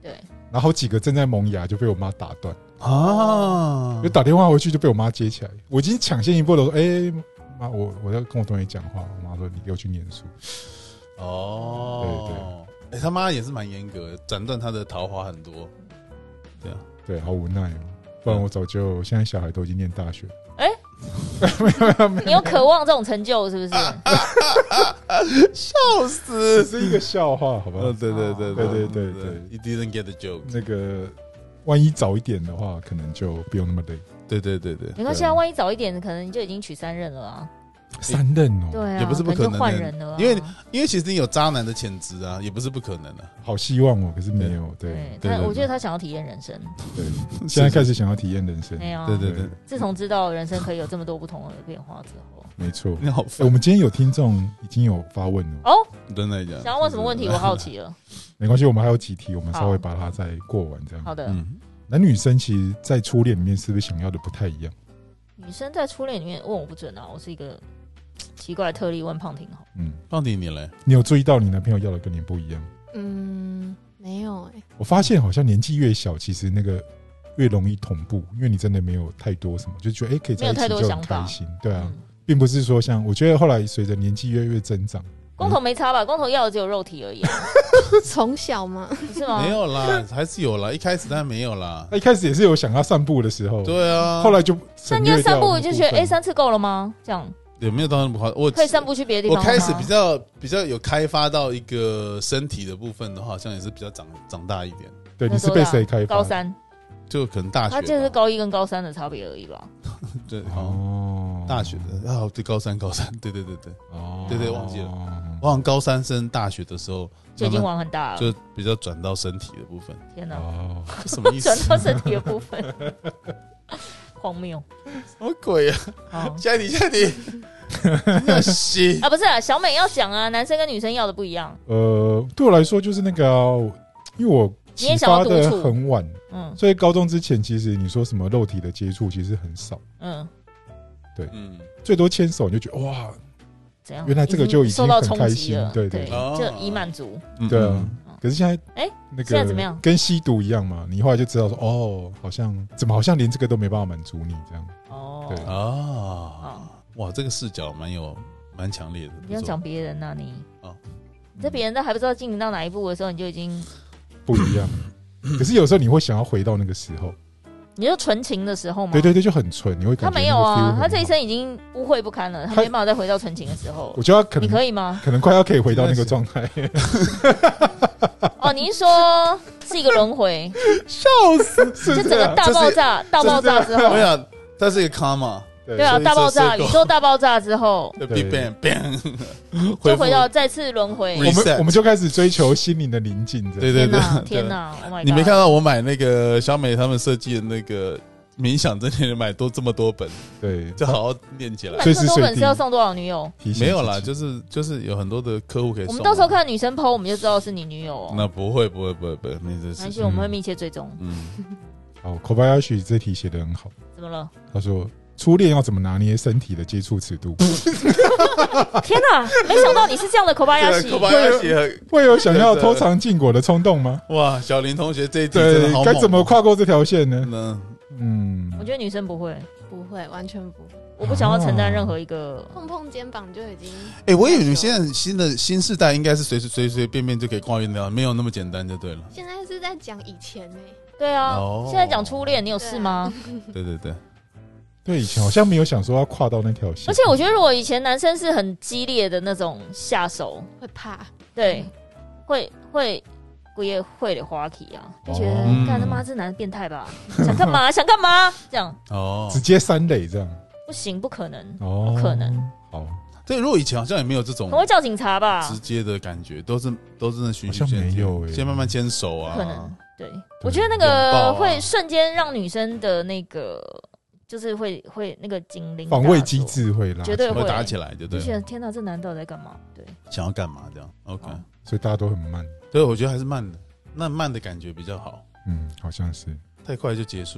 A: 然后好几个正在萌芽就被我妈打断啊，就打电话回去就被我妈接起来，我已经抢先一步了，说：“哎、欸，妈，我我要跟我同学讲话。”我妈说：“你给我去念书。”
B: 哦，对对，哎、欸，他妈也是蛮严格的，斩断他的桃花很多。对啊，
A: 对，好无奈哦，不然我早就现在小孩都已经念大学。
C: 哎、欸，没有没有没有，你有渴望这种成就是不是？
B: 笑死，
A: 这是一个笑话，好不好？
B: 哦、对对对对对对对 ，You didn't get the joke。
A: 那个万一早一点的话，可能就不用那么累。
B: 对对对对，
C: 没关系啊，万一早一点，可能你就已经娶三任了啊。
A: 三任哦，
C: 对啊，
B: 也不是不可能，
C: 换人了、啊，
B: 因为因为其实你有渣男的潜质啊，也不是不可能的、啊。
A: 好希望哦，可是没有。对，
C: 对，他我觉得他想要体验人生。
A: 对，现在开始想要体验人生。
C: 没有，
B: 对对对。
C: 自从知道人生可以有这么多不同的变化之后，
A: 没错。
B: 你好、
A: 欸，我们今天有听众已经有发问了
C: 哦，
B: 真的假的？
C: 想要问什么问题？我好奇了。
A: 没关系，我们还有几题，我们稍微把它再过完这样。
C: 好的。
A: 嗯，男女生其实，在初恋里面是不是想要的不太一样？
C: 女生在初恋里面问我不准啊，我是一个。奇怪的特例，问胖婷好。
B: 嗯，胖婷你嘞？
A: 你有注意到你男朋友要的跟你不一样？
D: 嗯，没有哎、欸。
A: 我发现好像年纪越小，其实那个越容易同步，因为你真的没有太多什么，就觉得哎、欸、可以在一起就很开心。对啊、嗯，并不是说像我觉得后来随着年纪越来越增长，
C: 光头没差吧？光头要的只有肉体而已、啊。
D: 从小吗？
C: 是吗？
B: 没有啦，还是有啦。一开始当然没有啦。
A: 他一开始也是有想要散步的时候。
B: 对啊。
A: 后来就
C: 那你要散步就觉得哎、欸、三次够了吗？这样。
B: 有没有到那么夸张？我
C: 可以散步去别的地方。
B: 我开始比较比较有开发到一个身体的部分的话，好像也是比较长长大一点。
A: 对，你是被谁开发？
C: 高三，
B: 就可能大学。
C: 他就是高一跟高三的差别而已吧。
B: 对哦，大学的啊，对，高三高三，对对对对，哦，对对，忘记了。我好像高三升大学的时候
C: 就已经玩很大了，
B: 就比较转到身体的部分。
C: 天哪，
B: 哦，什么意思？
C: 转到身体的部分。荒谬，
B: 什么鬼啊！下一题，下一题，
C: 啊，不是啊，小美要讲啊，男生跟女生要的不一样。
A: 呃，对我来说就是那个、啊，因为我启发的很晚，嗯，所以高中之前其实你说什么肉体的接触其实很少，嗯，对，嗯，最多牵手你就觉得哇，
C: 怎样？
A: 原来这个就已经很开心
C: 了，
A: 对对，
C: 就已满足，
A: 对啊。可是现在，哎、欸，那个
C: 现在怎么样？
A: 跟吸毒一样嘛？你后来就知道说，哦，好像怎么好像连这个都没办法满足你这样。哦，对
B: 啊，哇，这个视角蛮有蛮强烈的。
C: 你要讲别人呐、啊，你哦，你在别人都还不知道进行到哪一步的时候，你就已经
A: 不一样。可是有时候你会想要回到那个时候。
C: 你就纯情的时候吗？
A: 对对对，就很纯，你会感觉
C: 他没有啊，他这一生已经污秽不堪了，他没办法再回到纯情的时候。
A: 我觉得可能
C: 你可以吗？
A: 可能快要可以回到那个状态。
C: 哦，你是说是一个轮回？
B: 笑死！
C: 就整个大爆炸，大爆炸之后，
B: 没有，它是一个 karma。
C: 对啊，大爆炸，宇宙大爆炸之后
B: ，Big Bang Bang，
C: 就回到再次轮回。
A: 我们我们就开始追求心灵的宁静。
B: 对对对，
C: 天哪 ！Oh my god！
B: 你没看到我买那个小美他们设计的那个冥想真人买多这么多本，
A: 对，
B: 就好好练起来。
C: 买这么多本是要送多少女友？
B: 没有啦，就是就是有很多的客户可以送。
C: 我们到时候看女生 po， 我们就知道是你女友哦。
B: 那不会不会不会不会，没这事。
C: 而且我们会密切追踪。嗯，
A: 好 ，Kobayashi 这题写得很好。
C: 怎么了？
A: 他说。初恋要怎么拿捏身体的接触尺度？
C: 天哪，没想到你是这样的口巴亚喜，
A: 会有想要偷尝禁果的冲动吗？
B: 哇，小林同学这一题真的好猛，
A: 该怎么跨过这条线呢？
C: 嗯，我觉得女生不会，
D: 不会，完全不会。
C: 我不想要承担任何一个
D: 碰碰肩膀就已经。
B: 哎，我以为你现在新的新世代应该是随随随便便就可以跨越掉，没有那么简单就对了。
D: 现在是在讲以前呢。
C: 对啊，现在讲初恋，你有事吗？
B: 对对对。
A: 对，以前好像没有想说要跨到那条线，
C: 而且我觉得如果以前男生是很激烈的那种下手，
D: 会怕，
C: 对，会会我也会的花体啊，就觉得干他妈这男的变态吧，想干嘛想干嘛这样
A: 哦，直接三垒这样
C: 不行，不可能，哦，不可能，
A: 好，
B: 对，如果以前好像也没有这种，
C: 可能会叫警察吧，
B: 直接的感觉都是都是那循序渐进，先慢慢牵手啊，
C: 不可能，对，我觉得那个会瞬间让女生的那个。就是会会那个警铃
A: 防卫机制会拉，
C: 绝对
B: 会打起来，对对。
C: 就觉得天哪，这男的在干嘛？对，
B: 想要干嘛这样 ？OK，、哦、
A: 所以大家都很慢。
B: 对，我觉得还是慢的，那慢的感觉比较好。
A: 嗯，好像是。
B: 太快就结束了。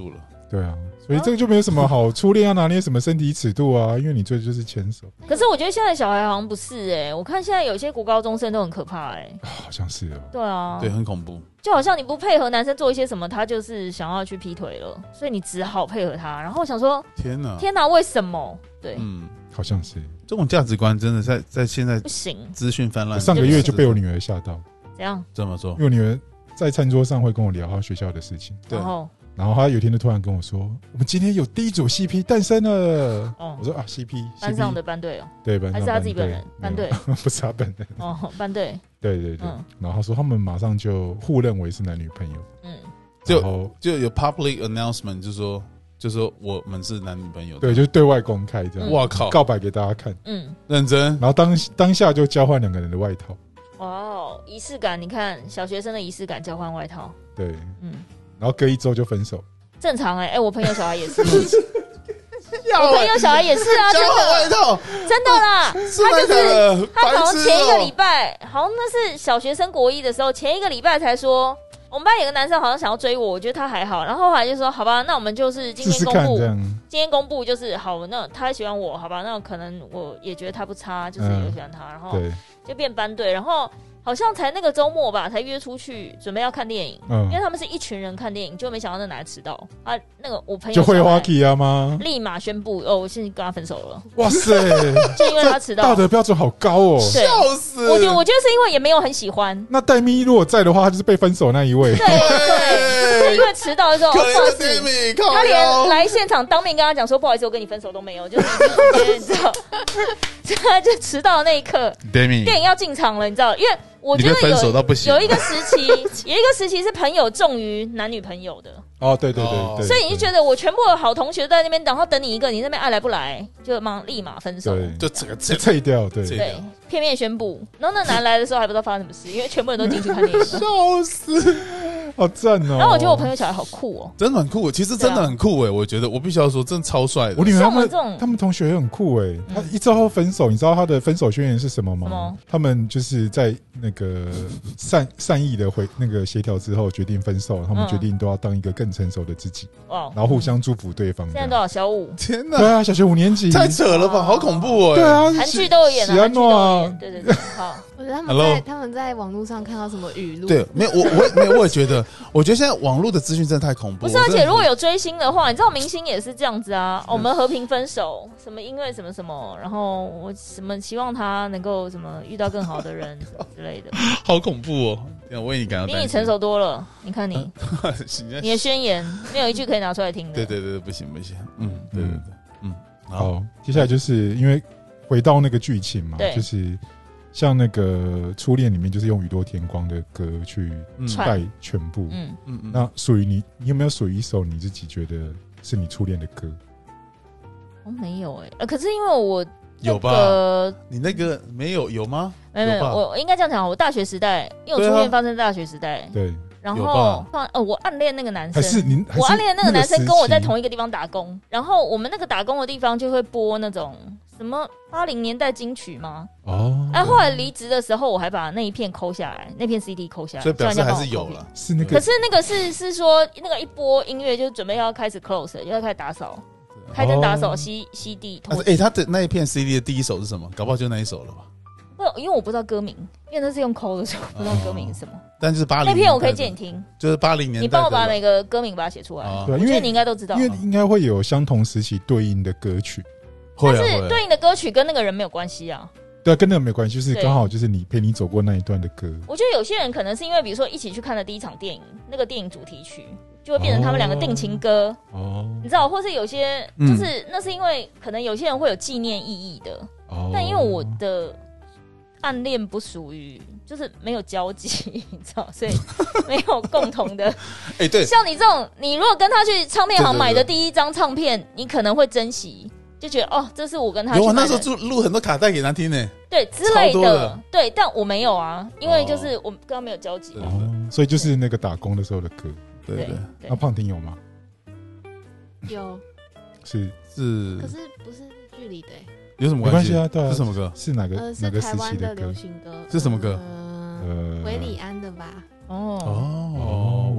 A: 对啊，所以这个就没有什么好初恋要拿捏什么身体尺度啊，因为你最多就是牵手。
C: 可是我觉得现在小孩好像不是哎、欸，我看现在有些国高中生都很可怕哎、欸，
A: 好像是哦。
C: 对啊，
B: 对，很恐怖。
C: 就好像你不配合男生做一些什么，他就是想要去劈腿了，所以你只好配合他。然后我想说，
B: 天哪，
C: 天哪，为什么？对，
B: 嗯，
A: 好像是
B: 这种价值观真的在在现在
C: 不行，
B: 资讯泛滥。
A: 上个月就被我女儿吓到，
C: 怎样？
B: 怎么说？
A: 因为我女儿在餐桌上会跟我聊她学校的事情，
C: 然后。
A: 然后他有一天就突然跟我说：“我们今天有第一组 C P 诞生了。哦”我说：“啊 ，C P
C: 班上的班队哦，
A: 对，班上
C: 还是他自己本人班队，
A: 不是他本人
C: 哦，班队。
A: 对对对。嗯、然后他说他们马上就互认为是男女朋友。嗯，
B: 就就有 public announcement， 就说就说我们是男女朋友。
A: 对，就是对外公开这样。
B: 哇、嗯、靠，
A: 告白给大家看。
C: 嗯，
B: 认真。
A: 然后当当下就交换两个人的外套。
C: 哇哦，仪式感！你看小学生的仪式感，交换外套。
A: 对，嗯，然后隔一周就分手。
C: 正常哎、欸，哎、欸，我朋友小孩也是，我朋友小孩也是啊，真的，
B: 外套
C: 真的啦，他就是他好像前一个礼拜，好像那是小学生国一的时候，前一个礼拜才说，我们班有个男生好像想要追我，我觉得他还好，然后后来就说，好吧，那我们就是今天公布，
A: 试试
C: 今天公布就是好，那他喜欢我，好吧，那可能我也觉得他不差，就是有喜欢他，然后就变班队，然后。好像才那个周末吧，才约出去准备要看电影，嗯、因为他们是一群人看电影，就没想到那男的迟到啊。那个我朋友
A: 就会花期啊吗？
C: 立马宣布哦，我现在跟他分手了。
A: 哇塞，
C: 就因为他迟到，
A: 道德标准好高哦，
B: 笑死！
C: 我觉得我觉得是因为也没有很喜欢。
A: 那戴咪如果在的话，他就是被分手那一位。
C: 对对，是因为迟到的时候，不好意思，他连来现场当面跟他讲说不好意思，我跟你分手都没有，就是直接你知道，他就迟到的那一刻，电影要进场了，你知道，因为。我觉得有有一个时期，有一个时期是朋友重于男女朋友的
A: 哦，对对 对, 對, 對，
C: 所以你就觉得我全部的好同学在那边，然后等你一个，你那边爱来不来，就马立马分手，
B: 就整个
A: 撤掉，对
C: 对，片面宣布。然后那男来的时候还不知道发生什么事，因为全部人都进去看电影了，
A: 笑死，好赞哦！
C: 然后我觉得我朋友小孩好酷哦，
B: 真的很酷，其实真的很酷哎，我觉得我必须要说，真的超帅的。
A: 我女儿他们他们同学也很酷哎，他一周后分手，你知道他的分手宣言是什么吗？
C: 什么？
A: 他们就是在那个善善意的回那个协调之后决定分手，他们决定都要当一个更成熟的自己，哇，然后互相祝福对方。
C: 现在多少？小五？
B: 天哪！
A: 对啊，小学五年级，
B: 太扯了吧，好恐怖哦！
A: 对啊，
C: 韩剧都有演啊，韩剧都有演。对对对，好。
D: 我觉得他们在他们在网络上看到什么语录，
B: 对，没有我我没有，我也觉得，我觉得现在网络的资讯真的太恐怖。
C: 不是，而且如果有追星的话，你知道明星也是这样子啊，我们和平分手，什么因为什么什么，然后我什么希望他能够什么遇到更好的人之类的，
B: 好恐怖哦！我为你感到
C: 比你成熟多了，你看你，你的宣言没有一句可以拿出来听的。
B: 对对对，不行不行，嗯，对对对，嗯，
A: 好，接下来就是因为回到那个剧情嘛，就是像那个初恋里面，就是用宇多田光的歌去带全部。嗯嗯嗯。那属于你，你有没有属于一首你自己觉得是你初恋的歌？
C: 我没有哎、欸，呃，可是因为我、那個、
B: 有吧？你那个没有有吗？
C: 没有没有，我应该这样讲，我大学时代，因为我初恋发生在大学时代。
A: 对。
C: 然后，哦，我暗恋那个男生，
A: 还是您？
C: 我暗恋那个男生跟我在同一个地方打工，然后我们那个打工的地方就会播那种什么八零年代金曲吗？哦，哎、啊，后来离职的时候，我还把那一片抠下来，那片 C D 抠下来，
B: 所以表示还是有了。
A: 是那个，
C: 可是那个是是说那个一播音乐就准备要开始 close， 就要开始打扫，开灯打扫，吸吸地。
B: 哎、欸，他的那一片 C D 的第一首是什么？搞不好就那一首了吧？
C: 不，因为我不知道歌名，因为那是用抠的时候，不知道歌名是什么。
B: 但就是八零
C: 那片我可以借你听，
B: 就是八零年代。
C: 你帮我把每个歌名把它写出来，哦、对，我觉得你应该都知道，
A: 因为应该会有相同时期对应的歌曲，
C: 但是对应的歌曲跟那个人没有关系啊。
A: 对，跟那个没关系，就是刚好就是你陪你走过那一段的歌。
C: 我觉得有些人可能是因为，比如说一起去看的第一场电影，那个电影主题曲就会变成他们两个定情歌哦，你知道，或是有些就是、嗯、那是因为可能有些人会有纪念意义的，哦、但因为我的。暗恋不属于，就是没有交集，你知道，所以没有共同的。
B: 哎、欸，对，
C: 像你这种，你如果跟他去唱片行买的第一张唱片，对对对，你可能会珍惜，就觉得哦，这是我跟他去买的。
B: 有，我那时候录很多卡带给他听呢，
C: 对之类 的, 的，对，但我没有啊，因为就是我跟他没有交集、啊
A: 哦，所以就是那个打工的时候的歌，
B: 对 对, 对。
A: 那胖婷有吗？
D: 有，
A: 是
D: 是，可是不是距离的、欸。
B: 有什么
A: 关系啊？对啊，
B: 是什么歌？
A: 是哪个？
D: 呃，
A: 哪个时
D: 的
A: 歌？
D: 流行歌
B: 是什么歌？
D: 呃，韦礼安的吧。
B: 哦哦，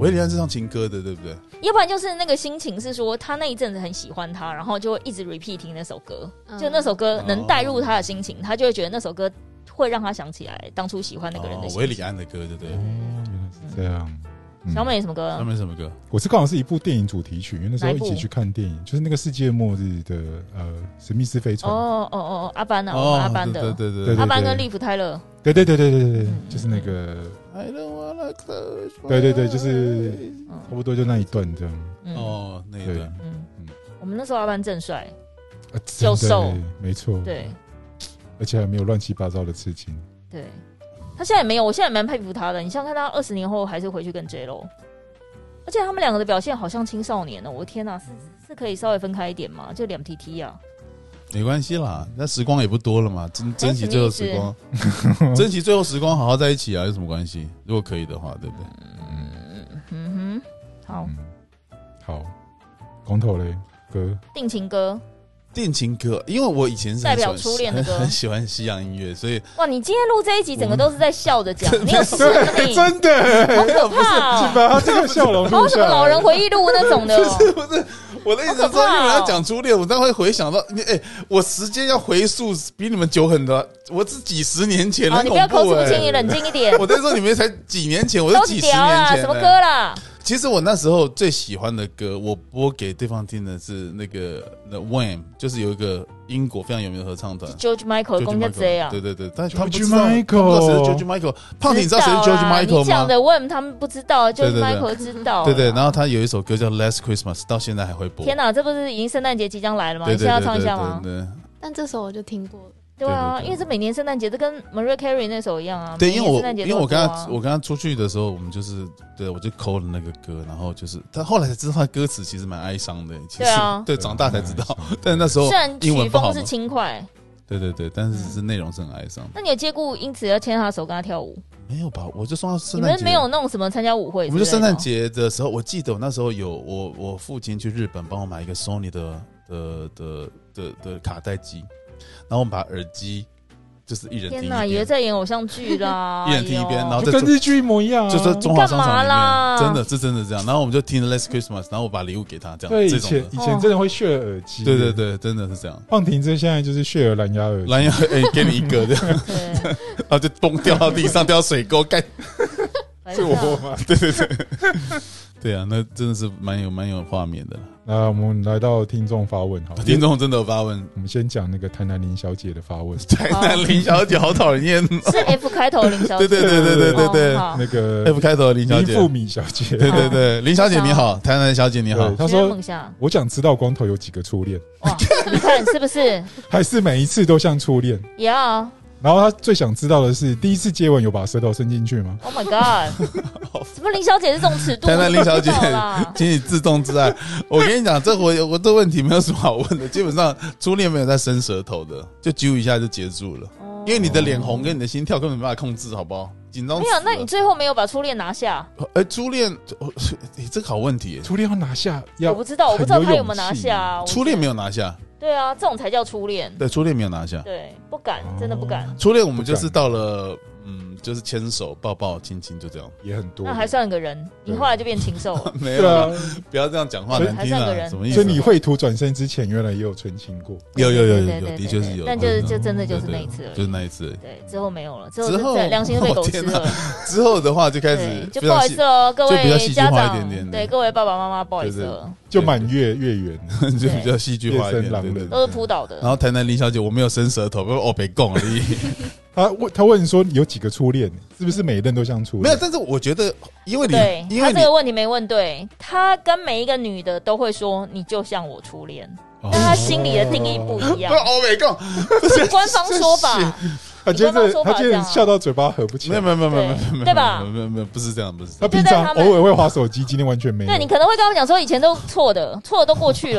B: 维里安是唱情歌的，对不对？
C: 要不然就是那个心情是说，他那一阵子很喜欢他，然后就会一直 repeat 听那首歌，嗯、就那首歌能带入他的心情，他就会觉得那首歌会让他想起来当初喜欢那个人的心情。
B: 维里安的歌，对不对？
A: 哦，原来是这样。
C: 小美什么歌？
B: 小美什么歌？
A: 我是刚好是一部电影主题曲，因为那时候一起去看电影，就是那个世界末日的呃史密斯飞船。
C: 哦哦哦，阿班啊，我们阿班的，
B: 对对对，
C: 阿班跟利弗泰勒。
A: 对对对对对对，就是那个。
B: I don't wanna close。
A: 对对对，就是差不多就那一段这样。
B: 哦，那一段。
C: 嗯嗯，我们那时候阿班正帅，又瘦，
A: 没错。
C: 对，
A: 而且还没有乱七八糟的刺青。
C: 对。他现在也没有，我现在蛮佩服他的。你想看他二十年后还是回去跟 J Lo， 而且他们两个的表现好像青少年哦。我的天哪，是是可以稍微分开一点吗？就两 T T 啊，
B: 没关系啦，那时光也不多了嘛，珍珍惜最后时光，珍惜最后时光，好好在一起啊，有什么关系？如果可以的话，对不对？
C: 嗯嗯哼，好，
A: 嗯、好，光头嘞歌，
C: 定情歌。
B: 定情歌，因为我以前是
C: 代表初恋的歌，
B: 很喜欢西洋音乐，所以
C: 哇，你今天录这一集，整个都是在笑着讲，你有事吗？你
A: 真的，
C: 好可怕、
A: 哦！把他这个笑容，
C: 好什么老人回忆录那种的、哦，
B: 不是不是，我的意思是说，因为人家讲初恋，我当然会回想到，你哎、欸，我时间要回溯比你们久很多，我是几十年前，
C: 好，你不要口齿不清，你冷静一点。
B: 我在说你们才几年前，我是几十年前，
C: 什么歌啦？
B: 其实我那时候最喜欢的歌，我播给对方听的是那个 The Wham， 就是有一个英国非常有名的合唱团
C: ，George Michael， 公家贼啊，
B: 对对对，但是他们不
A: 知道，他
B: 不知道谁是 George Michael。胖婷，你知道谁是 George Michael 吗？
C: 你讲的 Wham 他们不知道 ，George Michael 知道。
B: 对对，然后他有一首歌叫 Last Christmas， 到现在还会播。
C: 天哪，这不是已经圣诞节即将来了吗？你现在要唱一下吗？
B: 对对。
D: 但这首我就听过了。
C: 对啊，因为是每年圣诞节，这跟 Mariah Carey 那首一样啊。
B: 对，因为我因为我跟
C: 他
B: 我跟他出去的时候，我们就是对我就抠了那个歌，然后就是他后来才知道他歌词其实蛮哀伤的。其实
C: 对啊，
B: 对，长大才知道，但那时候英文不好，
C: 曲风是轻快。
B: 对对对，但是是内容是很哀伤。
C: 那你有借故因此要牵他手跟他跳舞？
B: 没有吧？我就送到圣诞节。
C: 你们没有弄什么参加舞会？
B: 我们就圣诞节的时候，我记得我那时候有我我父亲去日本帮我买一个 Sony 的的的的的卡带机，然后我们把耳机。就是一人听一边，天哪，
C: 以为在演偶像剧啦，
B: 一人听一边，然后
A: 跟日剧一模一样、啊，
B: 就是中华商场里面，真的是真的这样。然后我们就听了 Last Christmas， 然后我把礼物给他，这样。
A: 对，
B: 以
A: 前以前真的会share耳机，
B: 对对对，真的是这样。
A: 胖婷这现在就是 share 蓝牙耳机，
B: 蓝牙哎、欸，给你一个这样，然后就咚掉到地上，掉水沟盖。
A: 是我吗？
B: 对对对，对啊，那真的是蛮有蛮有画面的。
A: 那我们来到听众发问，好，
B: 听众真的有发问。
A: 我们先讲那个台南林小姐的发问。
B: 台南林小姐好讨人厌，
C: 是 F 开头的林小姐。
B: 对对对对对对对，
A: 那个
B: F 开头的林小姐，
A: 林富米小姐。
B: 对对对，林小姐你好，台南小姐你好。
A: 她说：“我想知道光头有几个初恋。”
C: 哇，你看是不是？
A: 还是每一次都像初恋？
C: 要。
A: 然后他最想知道的是，第一次接吻有把舌头伸进去吗
C: ？Oh my god！ 什么林小姐是这种尺度？
B: 台南林小姐，请你自动自爱。我跟你讲，这我我这问题没有什么好问的，基本上初恋没有在伸舌头的，就揪一下就结束了。哦、因为你的脸红跟你的心跳根本没办法控制，好不好？紧张。
C: 没有，那你最后没有把初恋拿下？
B: 哎、欸，初恋，欸、这个好问题。
A: 初恋要拿下，要
C: 我不知道，我不知道他有没有拿下、啊。
B: 初恋没有拿下。
C: 对啊，这种才叫初恋。
B: 对，初恋没有拿下。
C: 对，不敢，真的不敢。
B: 初恋我们就是到了，嗯，就是牵手、抱抱、亲亲，就这样，
A: 也很多。
C: 那还算个人，你后来就变禽兽了。
B: 没有啊，不要这样讲话，难听啊。什么意思？
A: 所以你绘图转身之前，原来也有纯情过。
B: 有有有有有，的确是有。
C: 但就是就真的就是那一次了，
B: 就是那一次。
C: 对，之后没有了。之后良心被狗吃了。
B: 之后的话就开始
C: 就不好意思喽，各位家长，
B: 一点点
C: 对各位爸爸妈妈，不好意思了。
A: 就满月月圆，
B: 就比较戏剧化一点，
C: 都是扑倒的。
B: 然后台南林小姐，我没有伸舌头，不哦别讲而已。
A: 他问他问说有几个初恋，是不是每一任都像初恋？
B: 没有，但是我觉得，因为你，
C: 对
B: 因为
C: 他这个问题没问对，他跟每一个女的都会说你就像我初恋，但他心里的定义不一样。
B: 哦别讲，
C: 这是官方说法。
A: 他今天他今天笑到嘴巴合不起来，
B: 没有没有没有没有没有，
C: 对吧？
B: 没有没有不是这样，不是。
A: 他平常偶尔会滑手机，今天完全没有。
C: 对，你可能会跟他讲说以前都错的，错的都过去了，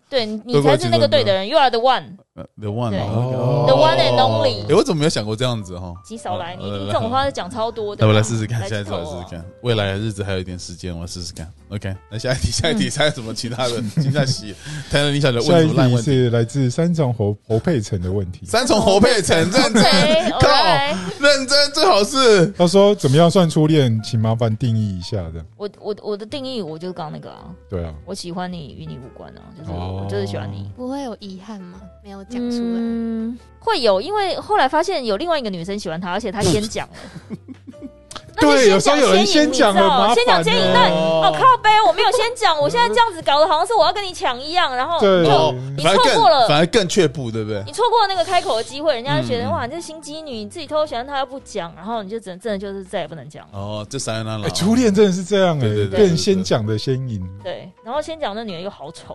C: 对，你才是那个对的人 ，You are the one，the
B: one，the
C: one and only。
B: 哎，我怎么没有想过这样子哈？
C: 你少来，你你这种话讲超多的。
B: 那我来试试看，下一次我试试看。未来的日子还有一点时间，我试试看。OK， 那下一题，下一题猜什么其他的？现在洗，谈了你想的问什么烂问题？
A: 是来自三重侯侯佩岑的问题。
B: 三重侯佩岑，认真，靠，认真，最好是。
A: 他说怎么样算初恋？请麻烦定义一下的。
C: 我我我的定义，我就是刚刚那个啊。
A: 对啊，
C: 我喜欢你，与你无关啊，就是我就是喜欢你。
D: 不会有遗憾吗？没有讲出来。
C: 嗯，会有，因为后来发现有另外一个女生喜欢他，而且他先讲了。
A: 对，有时候有人先讲了，麻烦
C: 先讲先赢，那哦靠背，我没有先讲，我现在这样子搞得好像是我要跟你抢一样，然后就你错过了，
B: 反而更却步，对不对？
C: 你错过了那个开口的机会，人家就觉得哇，你这心机女，你自己偷偷喜欢他又不讲，然后你就只能真的就是再也不能讲。
B: 哦，这三人了，
A: 初恋真的是这样哎，变先讲的先赢。
C: 对，然后先讲那女人又好丑。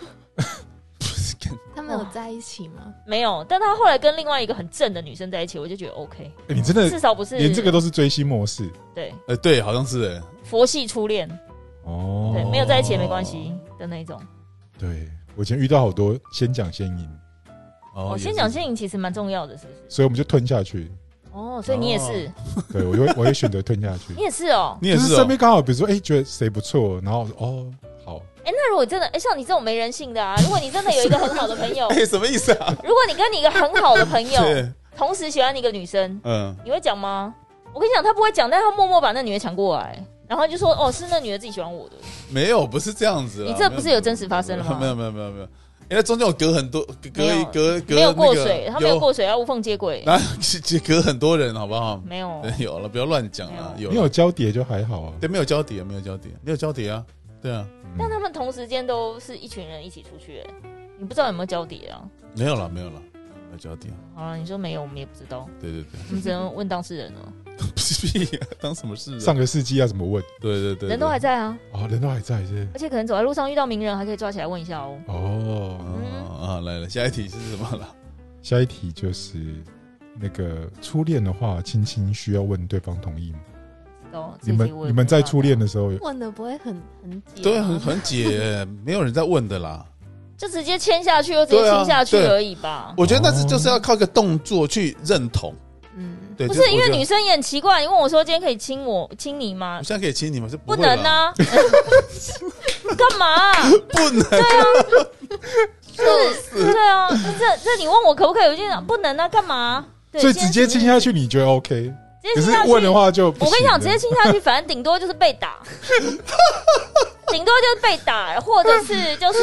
D: 他们有在一起吗？
C: 没有，但他后来跟另外一个很正的女生在一起，我就觉得 OK。
A: 欸、你真的
C: 至少不是
A: 连这个都是追星模式。
C: 对，
B: 呃，对，好像是哎，
C: 佛系初恋哦，对，没有在一起也没关系的那种。
A: 对，我以前遇到好多先讲先赢。
C: 哦，先讲先赢其实蛮重要的，是不是？
A: 所以我们就吞下去。
C: 哦，所以你也是？
A: 对，我会我会选择吞下去。
C: 你也是哦，
A: 你也是、哦。身边刚好，比如说，哎、欸，觉得谁不错，然后哦。好，
C: 哎、欸，那如果真的，哎、欸，像你这种没人性的啊，如果你真的有一个很好的朋友，
B: 哎、欸，什么意思啊？
C: 如果你跟你一个很好的朋友，同时喜欢你一个女生，嗯，你会讲吗？我跟你讲，他不会讲，但他默默把那女的抢过来，然后就说，哦，是那女的自己喜欢我的。
B: 没有，不是这样子。
C: 你这不是有真实发生了吗？
B: 没有，没有，没有，没有。因为中间有隔很多，隔一隔隔
C: 没有过水，他没有过水，要无缝接轨。
B: 那隔很多人，好不好？
C: 没有，
B: 有了，不要乱讲啊。
A: 有没有交叠就还好啊。
B: 对，没有交叠，没有交叠，没有交叠啊。对啊。
C: 但他们同时间都是一群人一起出去、欸，你不知道有没有交叠啊？
B: 没有了，没有了，没有交叠。
C: 好了，你说没有，我们也不知道。
B: 对对对，
C: 我们只能问当事人了。
B: 不是屁啊，当什么事、啊？
A: 上个世纪要怎么问？
B: 对对 对, 对，
C: 人都还在啊。
A: 哦，人都还在是。
C: 而且可能走在路上遇到名人，还可以抓起来问一下哦。
B: 哦，嗯、啊，来了，下一题是什么了？
A: 下一题就是那个初恋的话，亲亲需要问对方同意吗？你们你们在初恋的时候
D: 问的不会很很解？
B: 对，很很解，没有人在问的啦，
C: 就直接签下去，就直接亲下去而已吧、啊。
B: 我觉得那是就是要靠个动作去认同。嗯，对，
C: 不是因为女生也很奇怪，你问我说今天可以亲我亲你吗？
B: 我现在可以亲你吗？是
C: 不能啊！干嘛、啊？
B: 不能？
C: 对啊，是，对啊，这这你问我可不可以？我就讲不能啊，干嘛？
A: 所以直接亲下去你觉得 OK？可是问的话就不，
C: 我跟你讲，直接亲下去，反正顶多就是被打，顶多就是被打，或者是就是，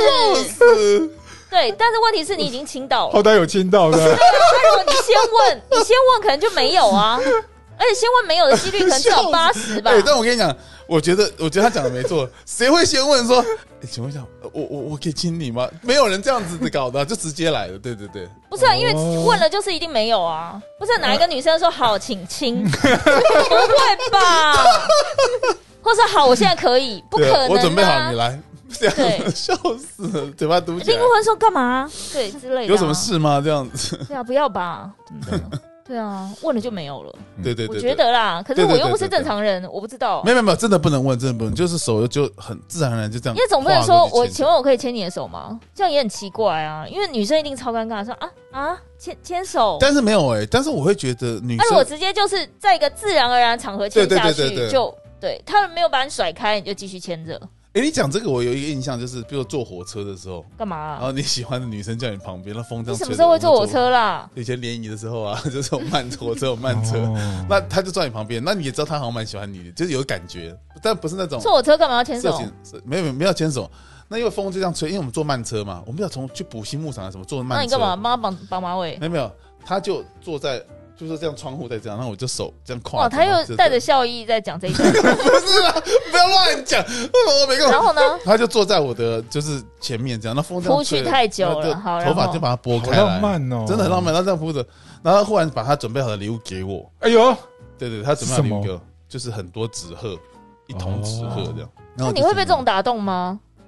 C: 对。但是问题是你已经亲到了，
A: 好歹有亲到的。对啊，
C: 那如果你先问，你先问可能就没有啊，而且先问没有的几率可能只有八十吧。
B: 对，但我跟你讲，我觉得，我觉得他讲的没错。谁会先问说，欸、请问一下，我我我可以亲你吗？没有人这样子搞的、啊，就直接来了。对对对，
C: 不是啊，因为问了就是一定没有啊。不是哪一个女生说好，请亲，不会吧？或是好，我现在可以，不可能、啊。
B: 我准备好，你来。这样子笑死了，嘴巴嘟起来。
C: 林顾问说干嘛？对之类的、啊。
B: 有什么事吗？这样子。
C: 对啊，不要吧？怎么的？对啊，问了就没有了。
B: 对对对，
C: 我觉得啦，可是我又不是正常人，我不知道。
B: 没有没有，真的不能问，真的不能，就是手就很自然而然就这样。
C: 因为总不能说我，请问我可以牵你的手吗？这样也很奇怪啊。因为女生一定超尴尬，说啊啊牵牵手。
B: 但是没有哎、欸，但是我会觉得女生，
C: 那如果直接就是在一个自然而然的场合牵下去，就对他们没有把你甩开，你就继续牵着。
B: 哎、欸，你讲这个，我有一个印象，就是比如坐火车的时候，
C: 干嘛、啊？
B: 然后你喜欢的女生叫你旁边，那风这样吹。
C: 你什么时候会坐火车啦？
B: 以前联谊的时候啊，就是有慢火车有慢车，哦、那他就坐你旁边，那你也知道他好像蛮喜欢你的，就是有感觉，但不是那种
C: 坐火车干嘛要牵手？
B: 没有没有牵手。那因为风就这样吹，因为我们坐慢车嘛，我们要从去补新牧场什么坐慢车。
C: 那你干嘛帮他绑绑马尾？
B: 没有没有，他就坐在。就是这样，窗户在这样，然后我就手这样跨。
C: 哇，他又带着笑意在讲这一段。
B: 不是啦，不要乱讲，我没干。
C: 然后呢，
B: 他就坐在我的就是前面这样，那风这样
C: 铺去太久了，好，
B: 头发就把它拨开来，
A: 好浪漫哦，
B: 真的很浪漫。他这样铺着，然后忽然把他准备好的礼物给我。
A: 哎呦，
B: 对对，他准备好的礼物给我，就是很多纸鹤，一桶纸鹤这样。
C: 那你会被这种打动吗？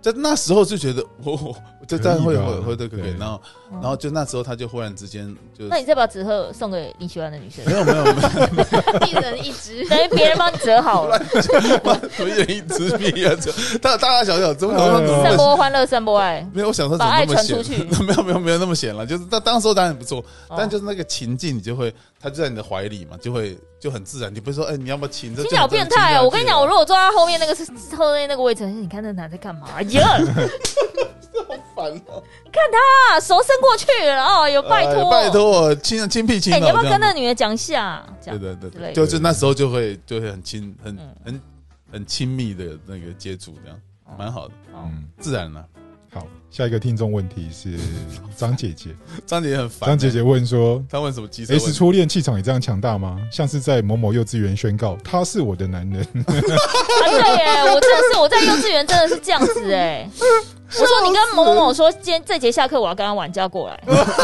B: 在那时候就觉得我我就这样会会会对可以，然后然后就那时候他就忽然之间就，
C: 那你再把纸鹤送给你喜欢的女生？
B: 没有没有没有，
D: 一人一支，
C: 等于别人帮你折好了，
B: 一人一支笔啊！大大大小小怎么怎么
C: 散播欢乐，散播爱。
B: 没有，我想说
C: 把爱传出去，
B: 没有没有没有那么闲了，就是当当时候当然不错，但就是那个情境你就会，他就在你的怀里嘛，就会就很自然，你不会说哎你要不要亲？
C: 听起来好变态哦！我跟你讲，我如果坐在后面那个后面那个位置，你看那男在干嘛？呀！
B: 好烦哦！
C: 你看他手伸过去了哦，有拜托、
B: 呃、拜托我亲亲屁亲。
C: 哎、欸，你要不要跟那女的讲一下？
B: 对对对对，就是那时候就会就会很亲很、嗯、很很亲密的那个接触，这样蛮好的，嗯，自然了。
A: 好，下一个听众问题是张姐姐，
B: 张姐姐很烦、欸。
A: 张姐姐问说：“
B: 她问什么机车
A: ？S 初恋气场也这样强大吗？像是在某某幼稚园宣告他是我的男人。”啊，
C: 对耶，我真的是我在幼稚园真的是这样子哎。我说你跟某某某说，今天这节下课我要跟他玩，就要过来。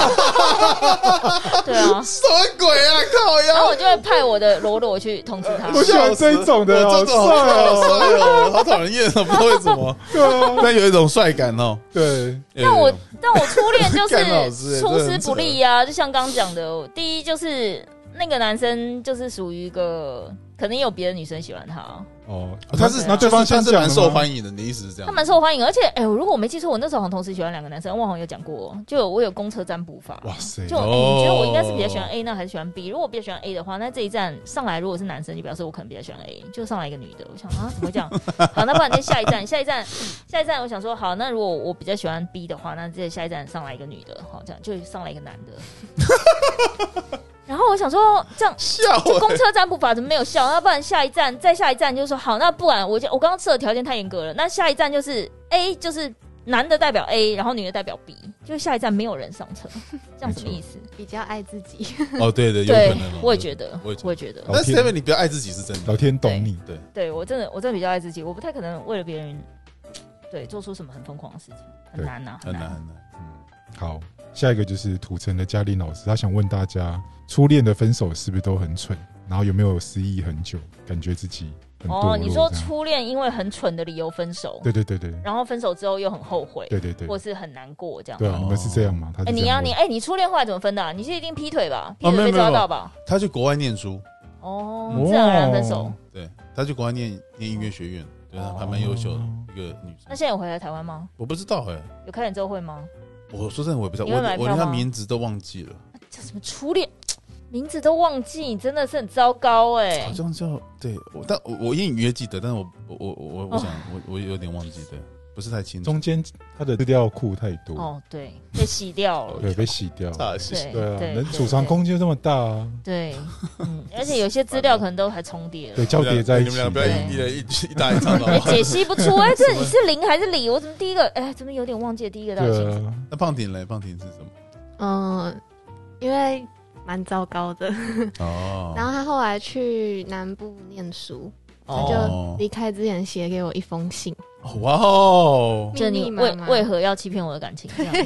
C: 对啊，
B: 什么鬼啊！靠呀！
C: 然后我就会派我的罗罗去通知他。
A: 我喜欢这一种的，好帅哦，
B: 帅哦，好讨人厌哦，不知道为什么。对啊，但有一种帅感哦。
A: 对，
C: 但我但我初恋就是出师不利啊，就像刚刚讲的，第一就是那个男生就是属于一个可能也有别的女生喜欢他。
A: 哦，他是那对方先
B: 是蛮受欢迎的，你的意思是这样？
C: 他蛮受欢迎，而且哎、欸，如果我没记错，我那时候好像同时喜欢两个男生，我好像有讲过，就我有公车占卜法。哇塞！就、欸、你觉得我应该是比较喜欢 A 呢，还是喜欢 B？ 如果我比较喜欢 A 的话，那这一站上来如果是男生，就表示我可能比较喜欢 A， 就上来一个女的。我想啊，怎么会这样？好，那不然就下一站，下一站，下一站，我想说，好，那如果我比较喜欢 B 的话，那这下一站上来一个女的，好，这样就上来一个男的。然后我想说，这样就公车占卜法怎么没有效？那不然下一站再下一站就说好，那不然我我刚刚设的条件太严格了，那下一站就是 A， 就是男的代表 A， 然后女的代表 B， 就下一站没有人上车，这样什么意思？
D: 比较爱自己。
B: 哦，对对，有可能、哦，
C: 我也觉得，我也觉得。
B: 但是因为你比较爱自己是真的，
A: 老天懂你，
B: 对，
C: 对我真的我真的比较爱自己，我不太可能为了别人对做出什么很疯狂的事情，很难呐、啊，
B: 很难很难。
A: 嗯，好。下一个就是土城的嘉玲老师，他想问大家，初恋的分手是不是都很蠢？然后有没有失忆很久，感觉自己很堕落？哦，
C: 你说初恋因为很蠢的理由分手？
A: 对对对对。
C: 然后分手之后又很后悔？
A: 对对对。
C: 或是很难过这样？
A: 对啊，你们是这样吗？他哎、
C: 欸，你呀、啊，你哎、欸，你初恋后来怎么分的、啊？你是一定劈腿吧？劈腿被抓到吧？
B: 他去国外念书。
C: 哦，自然而然分手。
B: 对，他去国外念念音乐学院，对，他还蛮优秀的一个女生。
C: 那现在有回来台湾吗？
B: 我不知道哎、欸。
C: 有开演奏会吗？
B: 我说真的，我也不知道，我我连他名字都忘记了。
C: 叫什么初恋？名字都忘记，你真的是很糟糕哎、欸。
B: 好像叫对，我但我我隐约记得，但是我我我我我想、哦、我我有点忘记，对，不是太清楚。
A: 中间他的资料库太多
C: 哦，对，被洗掉了，
A: 对，被洗掉，
C: 对
A: 对啊，能储藏空间这么大啊，
C: 对，嗯，而且有些资料可能都还重叠了，
A: 对，交叠在一起，
B: 你们俩不要一人一一大一张的，
C: 解析不出，哎，这你是零还是李？我怎么第一个，哎，怎么有点忘记了第一个到底是什么？
B: 那胖婷嘞？胖婷是什么？
D: 嗯，因为蛮糟糕的哦，然后他后来去南部念书，他就离开之前写给我一封信。
B: 哇哦！
C: 就你为为何要欺骗我的感情？这样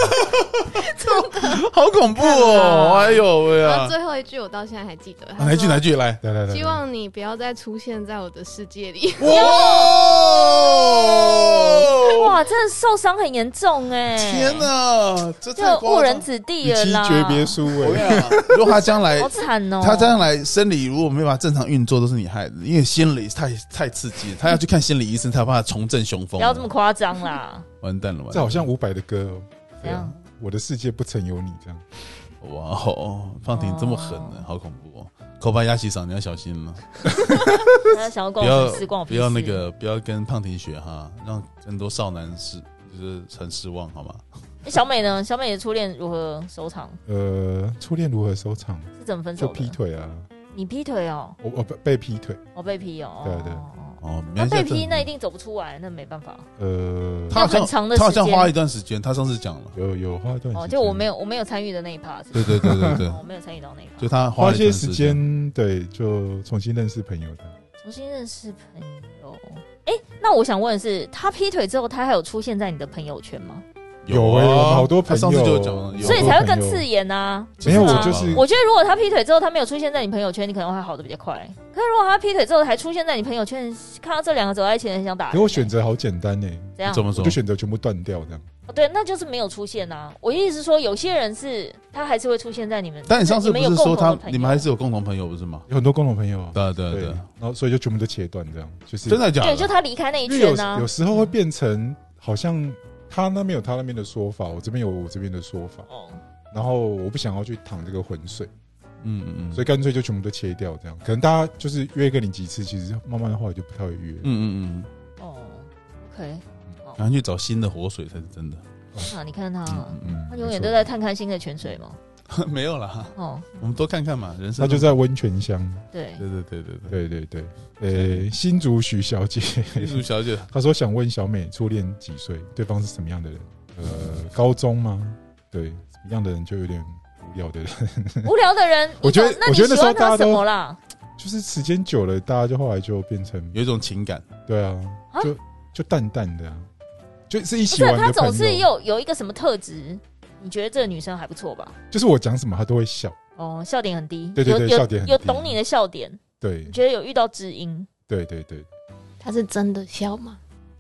B: 好恐怖哦！哎呦喂啊！
D: 最后一句我到现在还记得，
B: 哪一句哪一句来？来来来，
D: 希望你不要再出现在我的世界里。
B: 哇
C: 哇，真的受伤很严重哎！
B: 天哪，这
C: 就误人子弟了啦！
A: 诀别书哎！
B: 如果他将来
C: 好惨哦，
B: 他将来生理如果没办法正常运作，都是你害的，因为心理太太刺激了，他要去看心理医生，才有办法重振雄风。
C: 不要这么夸张啦！
B: 完蛋了，
A: 这好像伍佰的歌哦。
C: 怎样？
A: 我的世界不曾有你这样。
B: 哇哦，胖婷这么狠呢，好恐怖哦！口巴鸭气嗓，你要小心了。
C: 他想要跟我粉丝逛，
B: 不要那个，不要跟胖婷学哈，让很多少男失就是很失望，好吗？
C: 小美呢？小美的初恋如何收场？
A: 呃，初恋如何收场？
C: 是怎么分手的？
A: 就劈腿啊！
C: 你劈腿哦？
A: 我我被劈腿，
C: 我被劈哦。
A: 对对。
B: 哦，
C: 那被劈那一定走不出来，那没办法。
A: 呃，
B: 他
C: 很长的时间，
B: 他好像花一段时间，他上次讲了，
A: 有有花一段时间。
C: 哦，就我没有我没有参与的那一 part。
B: 对对对对对，
C: 我没有参与到那一 part。
B: 就他
A: 花一些
B: 时
A: 间，对，就重新认识朋友的。
C: 重新认识朋友，哎，那我想问的是，他劈腿之后，他还有出现在你的朋友圈吗？
A: 有哎、欸，我们好多朋友，
B: 上次就讲了，
C: 所以才会更刺眼啊。
A: 没有，我就是，
C: 我觉得如果他劈腿之后，他没有出现在你朋友圈，你可能会好的比较快。可是如果他劈腿之后还出现在你朋友圈，看到这两个走在一起，很想打人、欸。
A: 因为我选择好简单哎、欸，
C: 怎样？
B: 怎么说？
A: 就选择全部断掉这样。
C: 哦，对，那就是没有出现啊。我意思是说，有些人是他还是会出现在你们。
B: 但你上次不是说他你们还是有共同朋友不是吗？
A: 有很多共同朋友啊。
B: 对对对。
A: 然后所以就全部都切断这样，就是
B: 真的假的？
C: 对，就他离开那一圈啊。
A: 有, 有时候会变成好像。他那边有他那边的说法，我这边有我这边的说法，哦，然后我不想要去淌这个浑水，嗯嗯嗯，所以干脆就全部都切掉，这样可能大家就是约个你几次，其实慢慢的后来就不太会约，嗯嗯嗯，
C: 哦 ，OK，
B: 然后去找新的活水才是真的。
C: 啊，你看他，嗯嗯，他永远都在探看新的泉水吗？
B: 没有啦，哦，我们多看看嘛，人生。
A: 他就在温泉乡，
C: 对
B: 对对对
A: 对对对对，呃，新竹许小姐，
B: 新竹小姐，
A: 她说想问小美初恋几岁，对方是什么样的人？呃，高中吗？对，什么样的人就有点无聊的人。
C: 无聊的人，
A: 我觉得，我觉得那时候大家都
C: 什么啦？
A: 就是时间久了，大家就后来就变成
B: 有一种情感，
A: 对啊，就就淡淡的啊，就是一起玩的朋友。
C: 他总是有有一个什么特质？你觉得这个女生还不错吧？
A: 就是我讲什么她都会笑，
C: 哦，笑点很低，
A: 对对对，笑点很低，
C: 有懂你的笑点，
A: 对，
C: 你觉得有遇到知音，
A: 对对对，
D: 她是真的笑吗？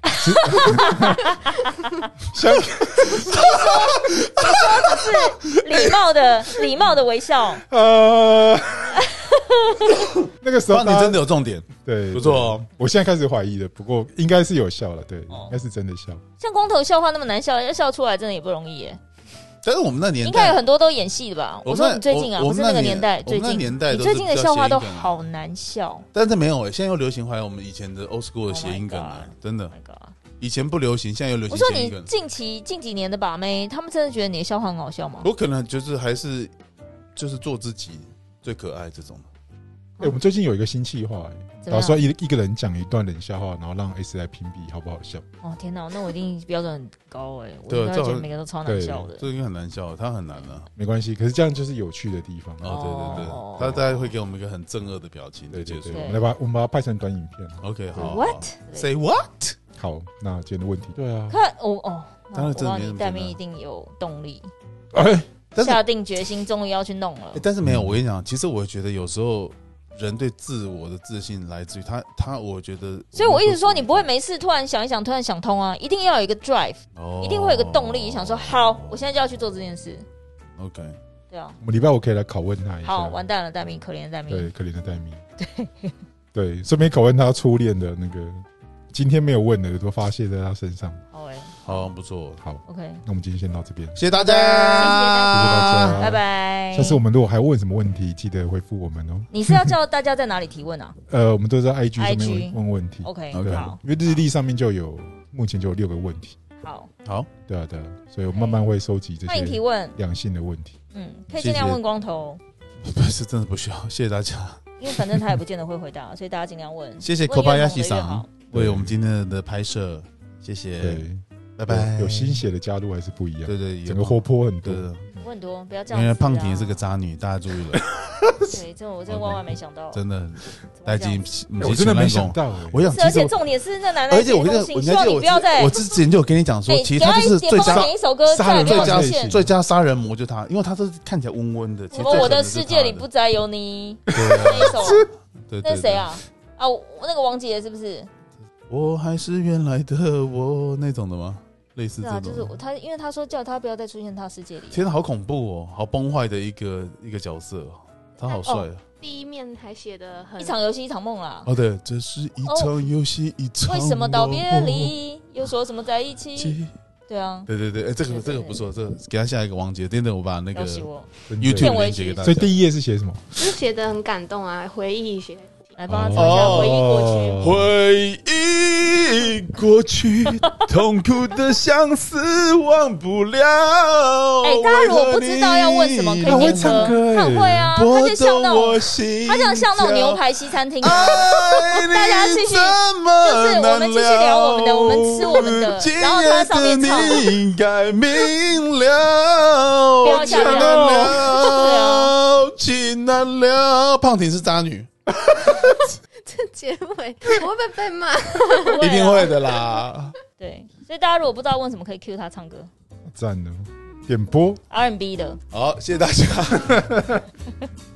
A: 像
C: 你说你说只是礼貌的礼貌的微笑，呃，
A: 那个时候
B: 你真的有重点，
A: 对，
B: 不错哦。
A: 我现在开始怀疑了，不过应该是有笑了，对，应该是真的笑。
C: 像光头笑话那么难笑，要笑出来真的也不容易耶。
B: 但是我们那年代
C: 应该有很多都演戏的吧？我说你最近啊，不是那个年代，最近
B: 年代
C: 你最近的笑话都好难笑。
B: 但是没有哎，现在又流行回来我们以前的 old school 的谐音梗了，真的。以前不流行，现在又流行。
C: 我说你近期近几年的把妹，他们真的觉得你的笑话很好笑吗？
B: 我可能就是还是就是做自己最可爱这种的。
A: 哎、欸，我们最近有一个新企划，哎，打算一一个人讲一段冷笑话，然后让 S 来评比好不好笑。
C: 哦天哪，那我一定标准很高哎、欸，我应该觉得每个都超难笑的。
B: 这应该很难笑，他很难啊。
A: 没关系，可是这样就是有趣的地方。
B: 哦，对对对，他大概会给我们一个很正恶的表情。对对对，
A: 我们来把我们把它拍成短影片。
B: OK， 好。
C: What?
B: Say what?
A: 好，那今天的问题，对啊，
C: 看我哦，当然，我知道你戴明一定有动力，
A: 哎，
C: 下定决心，终于要去弄了。
B: 但是没有，我跟你讲，其实我觉得有时候人对自我的自信来自于他，他我觉得，
C: 所以我一直说，你不会没事突然想一想，突然想通啊，一定要有一个 drive，、哦、一定会有一个动力，想说好，我现在就要去做这件事。
B: OK，
C: 对啊，
A: 我们礼拜五可以来拷问他一下。
C: 好，完蛋了，戴明，可怜的戴明，
A: 对，可怜的戴明，对对，顺便拷问他初恋的那个。今天没有问的都发泄在他身上。
C: 好哎、欸，
B: 好，不错，
A: 好
C: ，OK。
A: 那我们今天先到这边，
B: 谢谢大家，
C: 谢谢
A: 大
C: 家，拜拜。
A: 下次我们如果还问什么问题，记得回复我们哦。
C: 你是要叫大家在哪里提问啊？
A: 呃，我们都在 I G 上面问问题。
C: OK，
A: 好，因为日历上面就有，目前就有六个问题。
C: 好，
B: 好，
A: 对啊，对啊，所以我慢慢会收集这些
C: 欢迎提问
A: 两性的问题。
C: 嗯，可以尽量问光头。
B: 不是，真的不需要，谢谢大家。
C: 因为反正他也不见得会回答，所以大家尽量问。
B: 谢谢 Kobayashi 桑为我们今天的拍摄，谢谢，
A: 对，
B: 拜拜。
A: 有新血的加入还是不一样，
B: 对对，
A: 整个活泼很多，
C: 活很多，不要这样。
B: 因为胖婷是个渣女，大家注意了。
C: 对，这我真万万没想到，
B: 真的，戴金，
A: 我真的没想到。
B: 我想，
C: 而且重点是那男的，
B: 而且我跟你，希望
C: 你不要再，
B: 我之前就有跟你讲说，其实他就是最佳
C: 一首歌，
B: 杀人最佳最佳杀人魔，就他，因为他都是看起来温温的。
C: 什么？我的世界里不再有你，那一首，
B: 对，
C: 那谁啊？啊，那个王杰是不是？
B: 我还是原来的我那种的吗？类似这种，
C: 就是他，因为他说叫他不要再出现他世界里。
B: 天哪，好恐怖哦，好崩坏的一个一个角色，他好帅啊！
D: 第一面还写的很
C: 一场游戏一场梦啦。
B: 哦，对，这是一场游戏一场。
C: 为什么道别离又说什么在一起？对啊，
B: 对对对，哎，这个这个不错，这个给他下一个王杰，等等我把那个
A: YouTube
B: 链接给大家。
A: 所以第一页是写什么？
D: 就是写的很感动啊，回忆写。
C: 来帮他唱一下回忆过去，
B: 回忆过去，痛苦的相思忘不了。
C: 哎，大家如果不知道要问什么，可以点歌，他会啊，他就像那种，他就像那种牛排西餐厅，大家继续，就是我们继续聊我们的，我们吃我们的，然后他在上面唱，
B: 应该明了，
C: 不要下
B: 难了，情难了。胖婷是渣女。
D: 这结尾我会不会被骂？
B: 一定会的啦。
C: 对，所以大家如果不知道问什么，可以 cue 他唱歌。
A: 赞呢。点播
C: R and B 的。
B: 好，谢谢大家。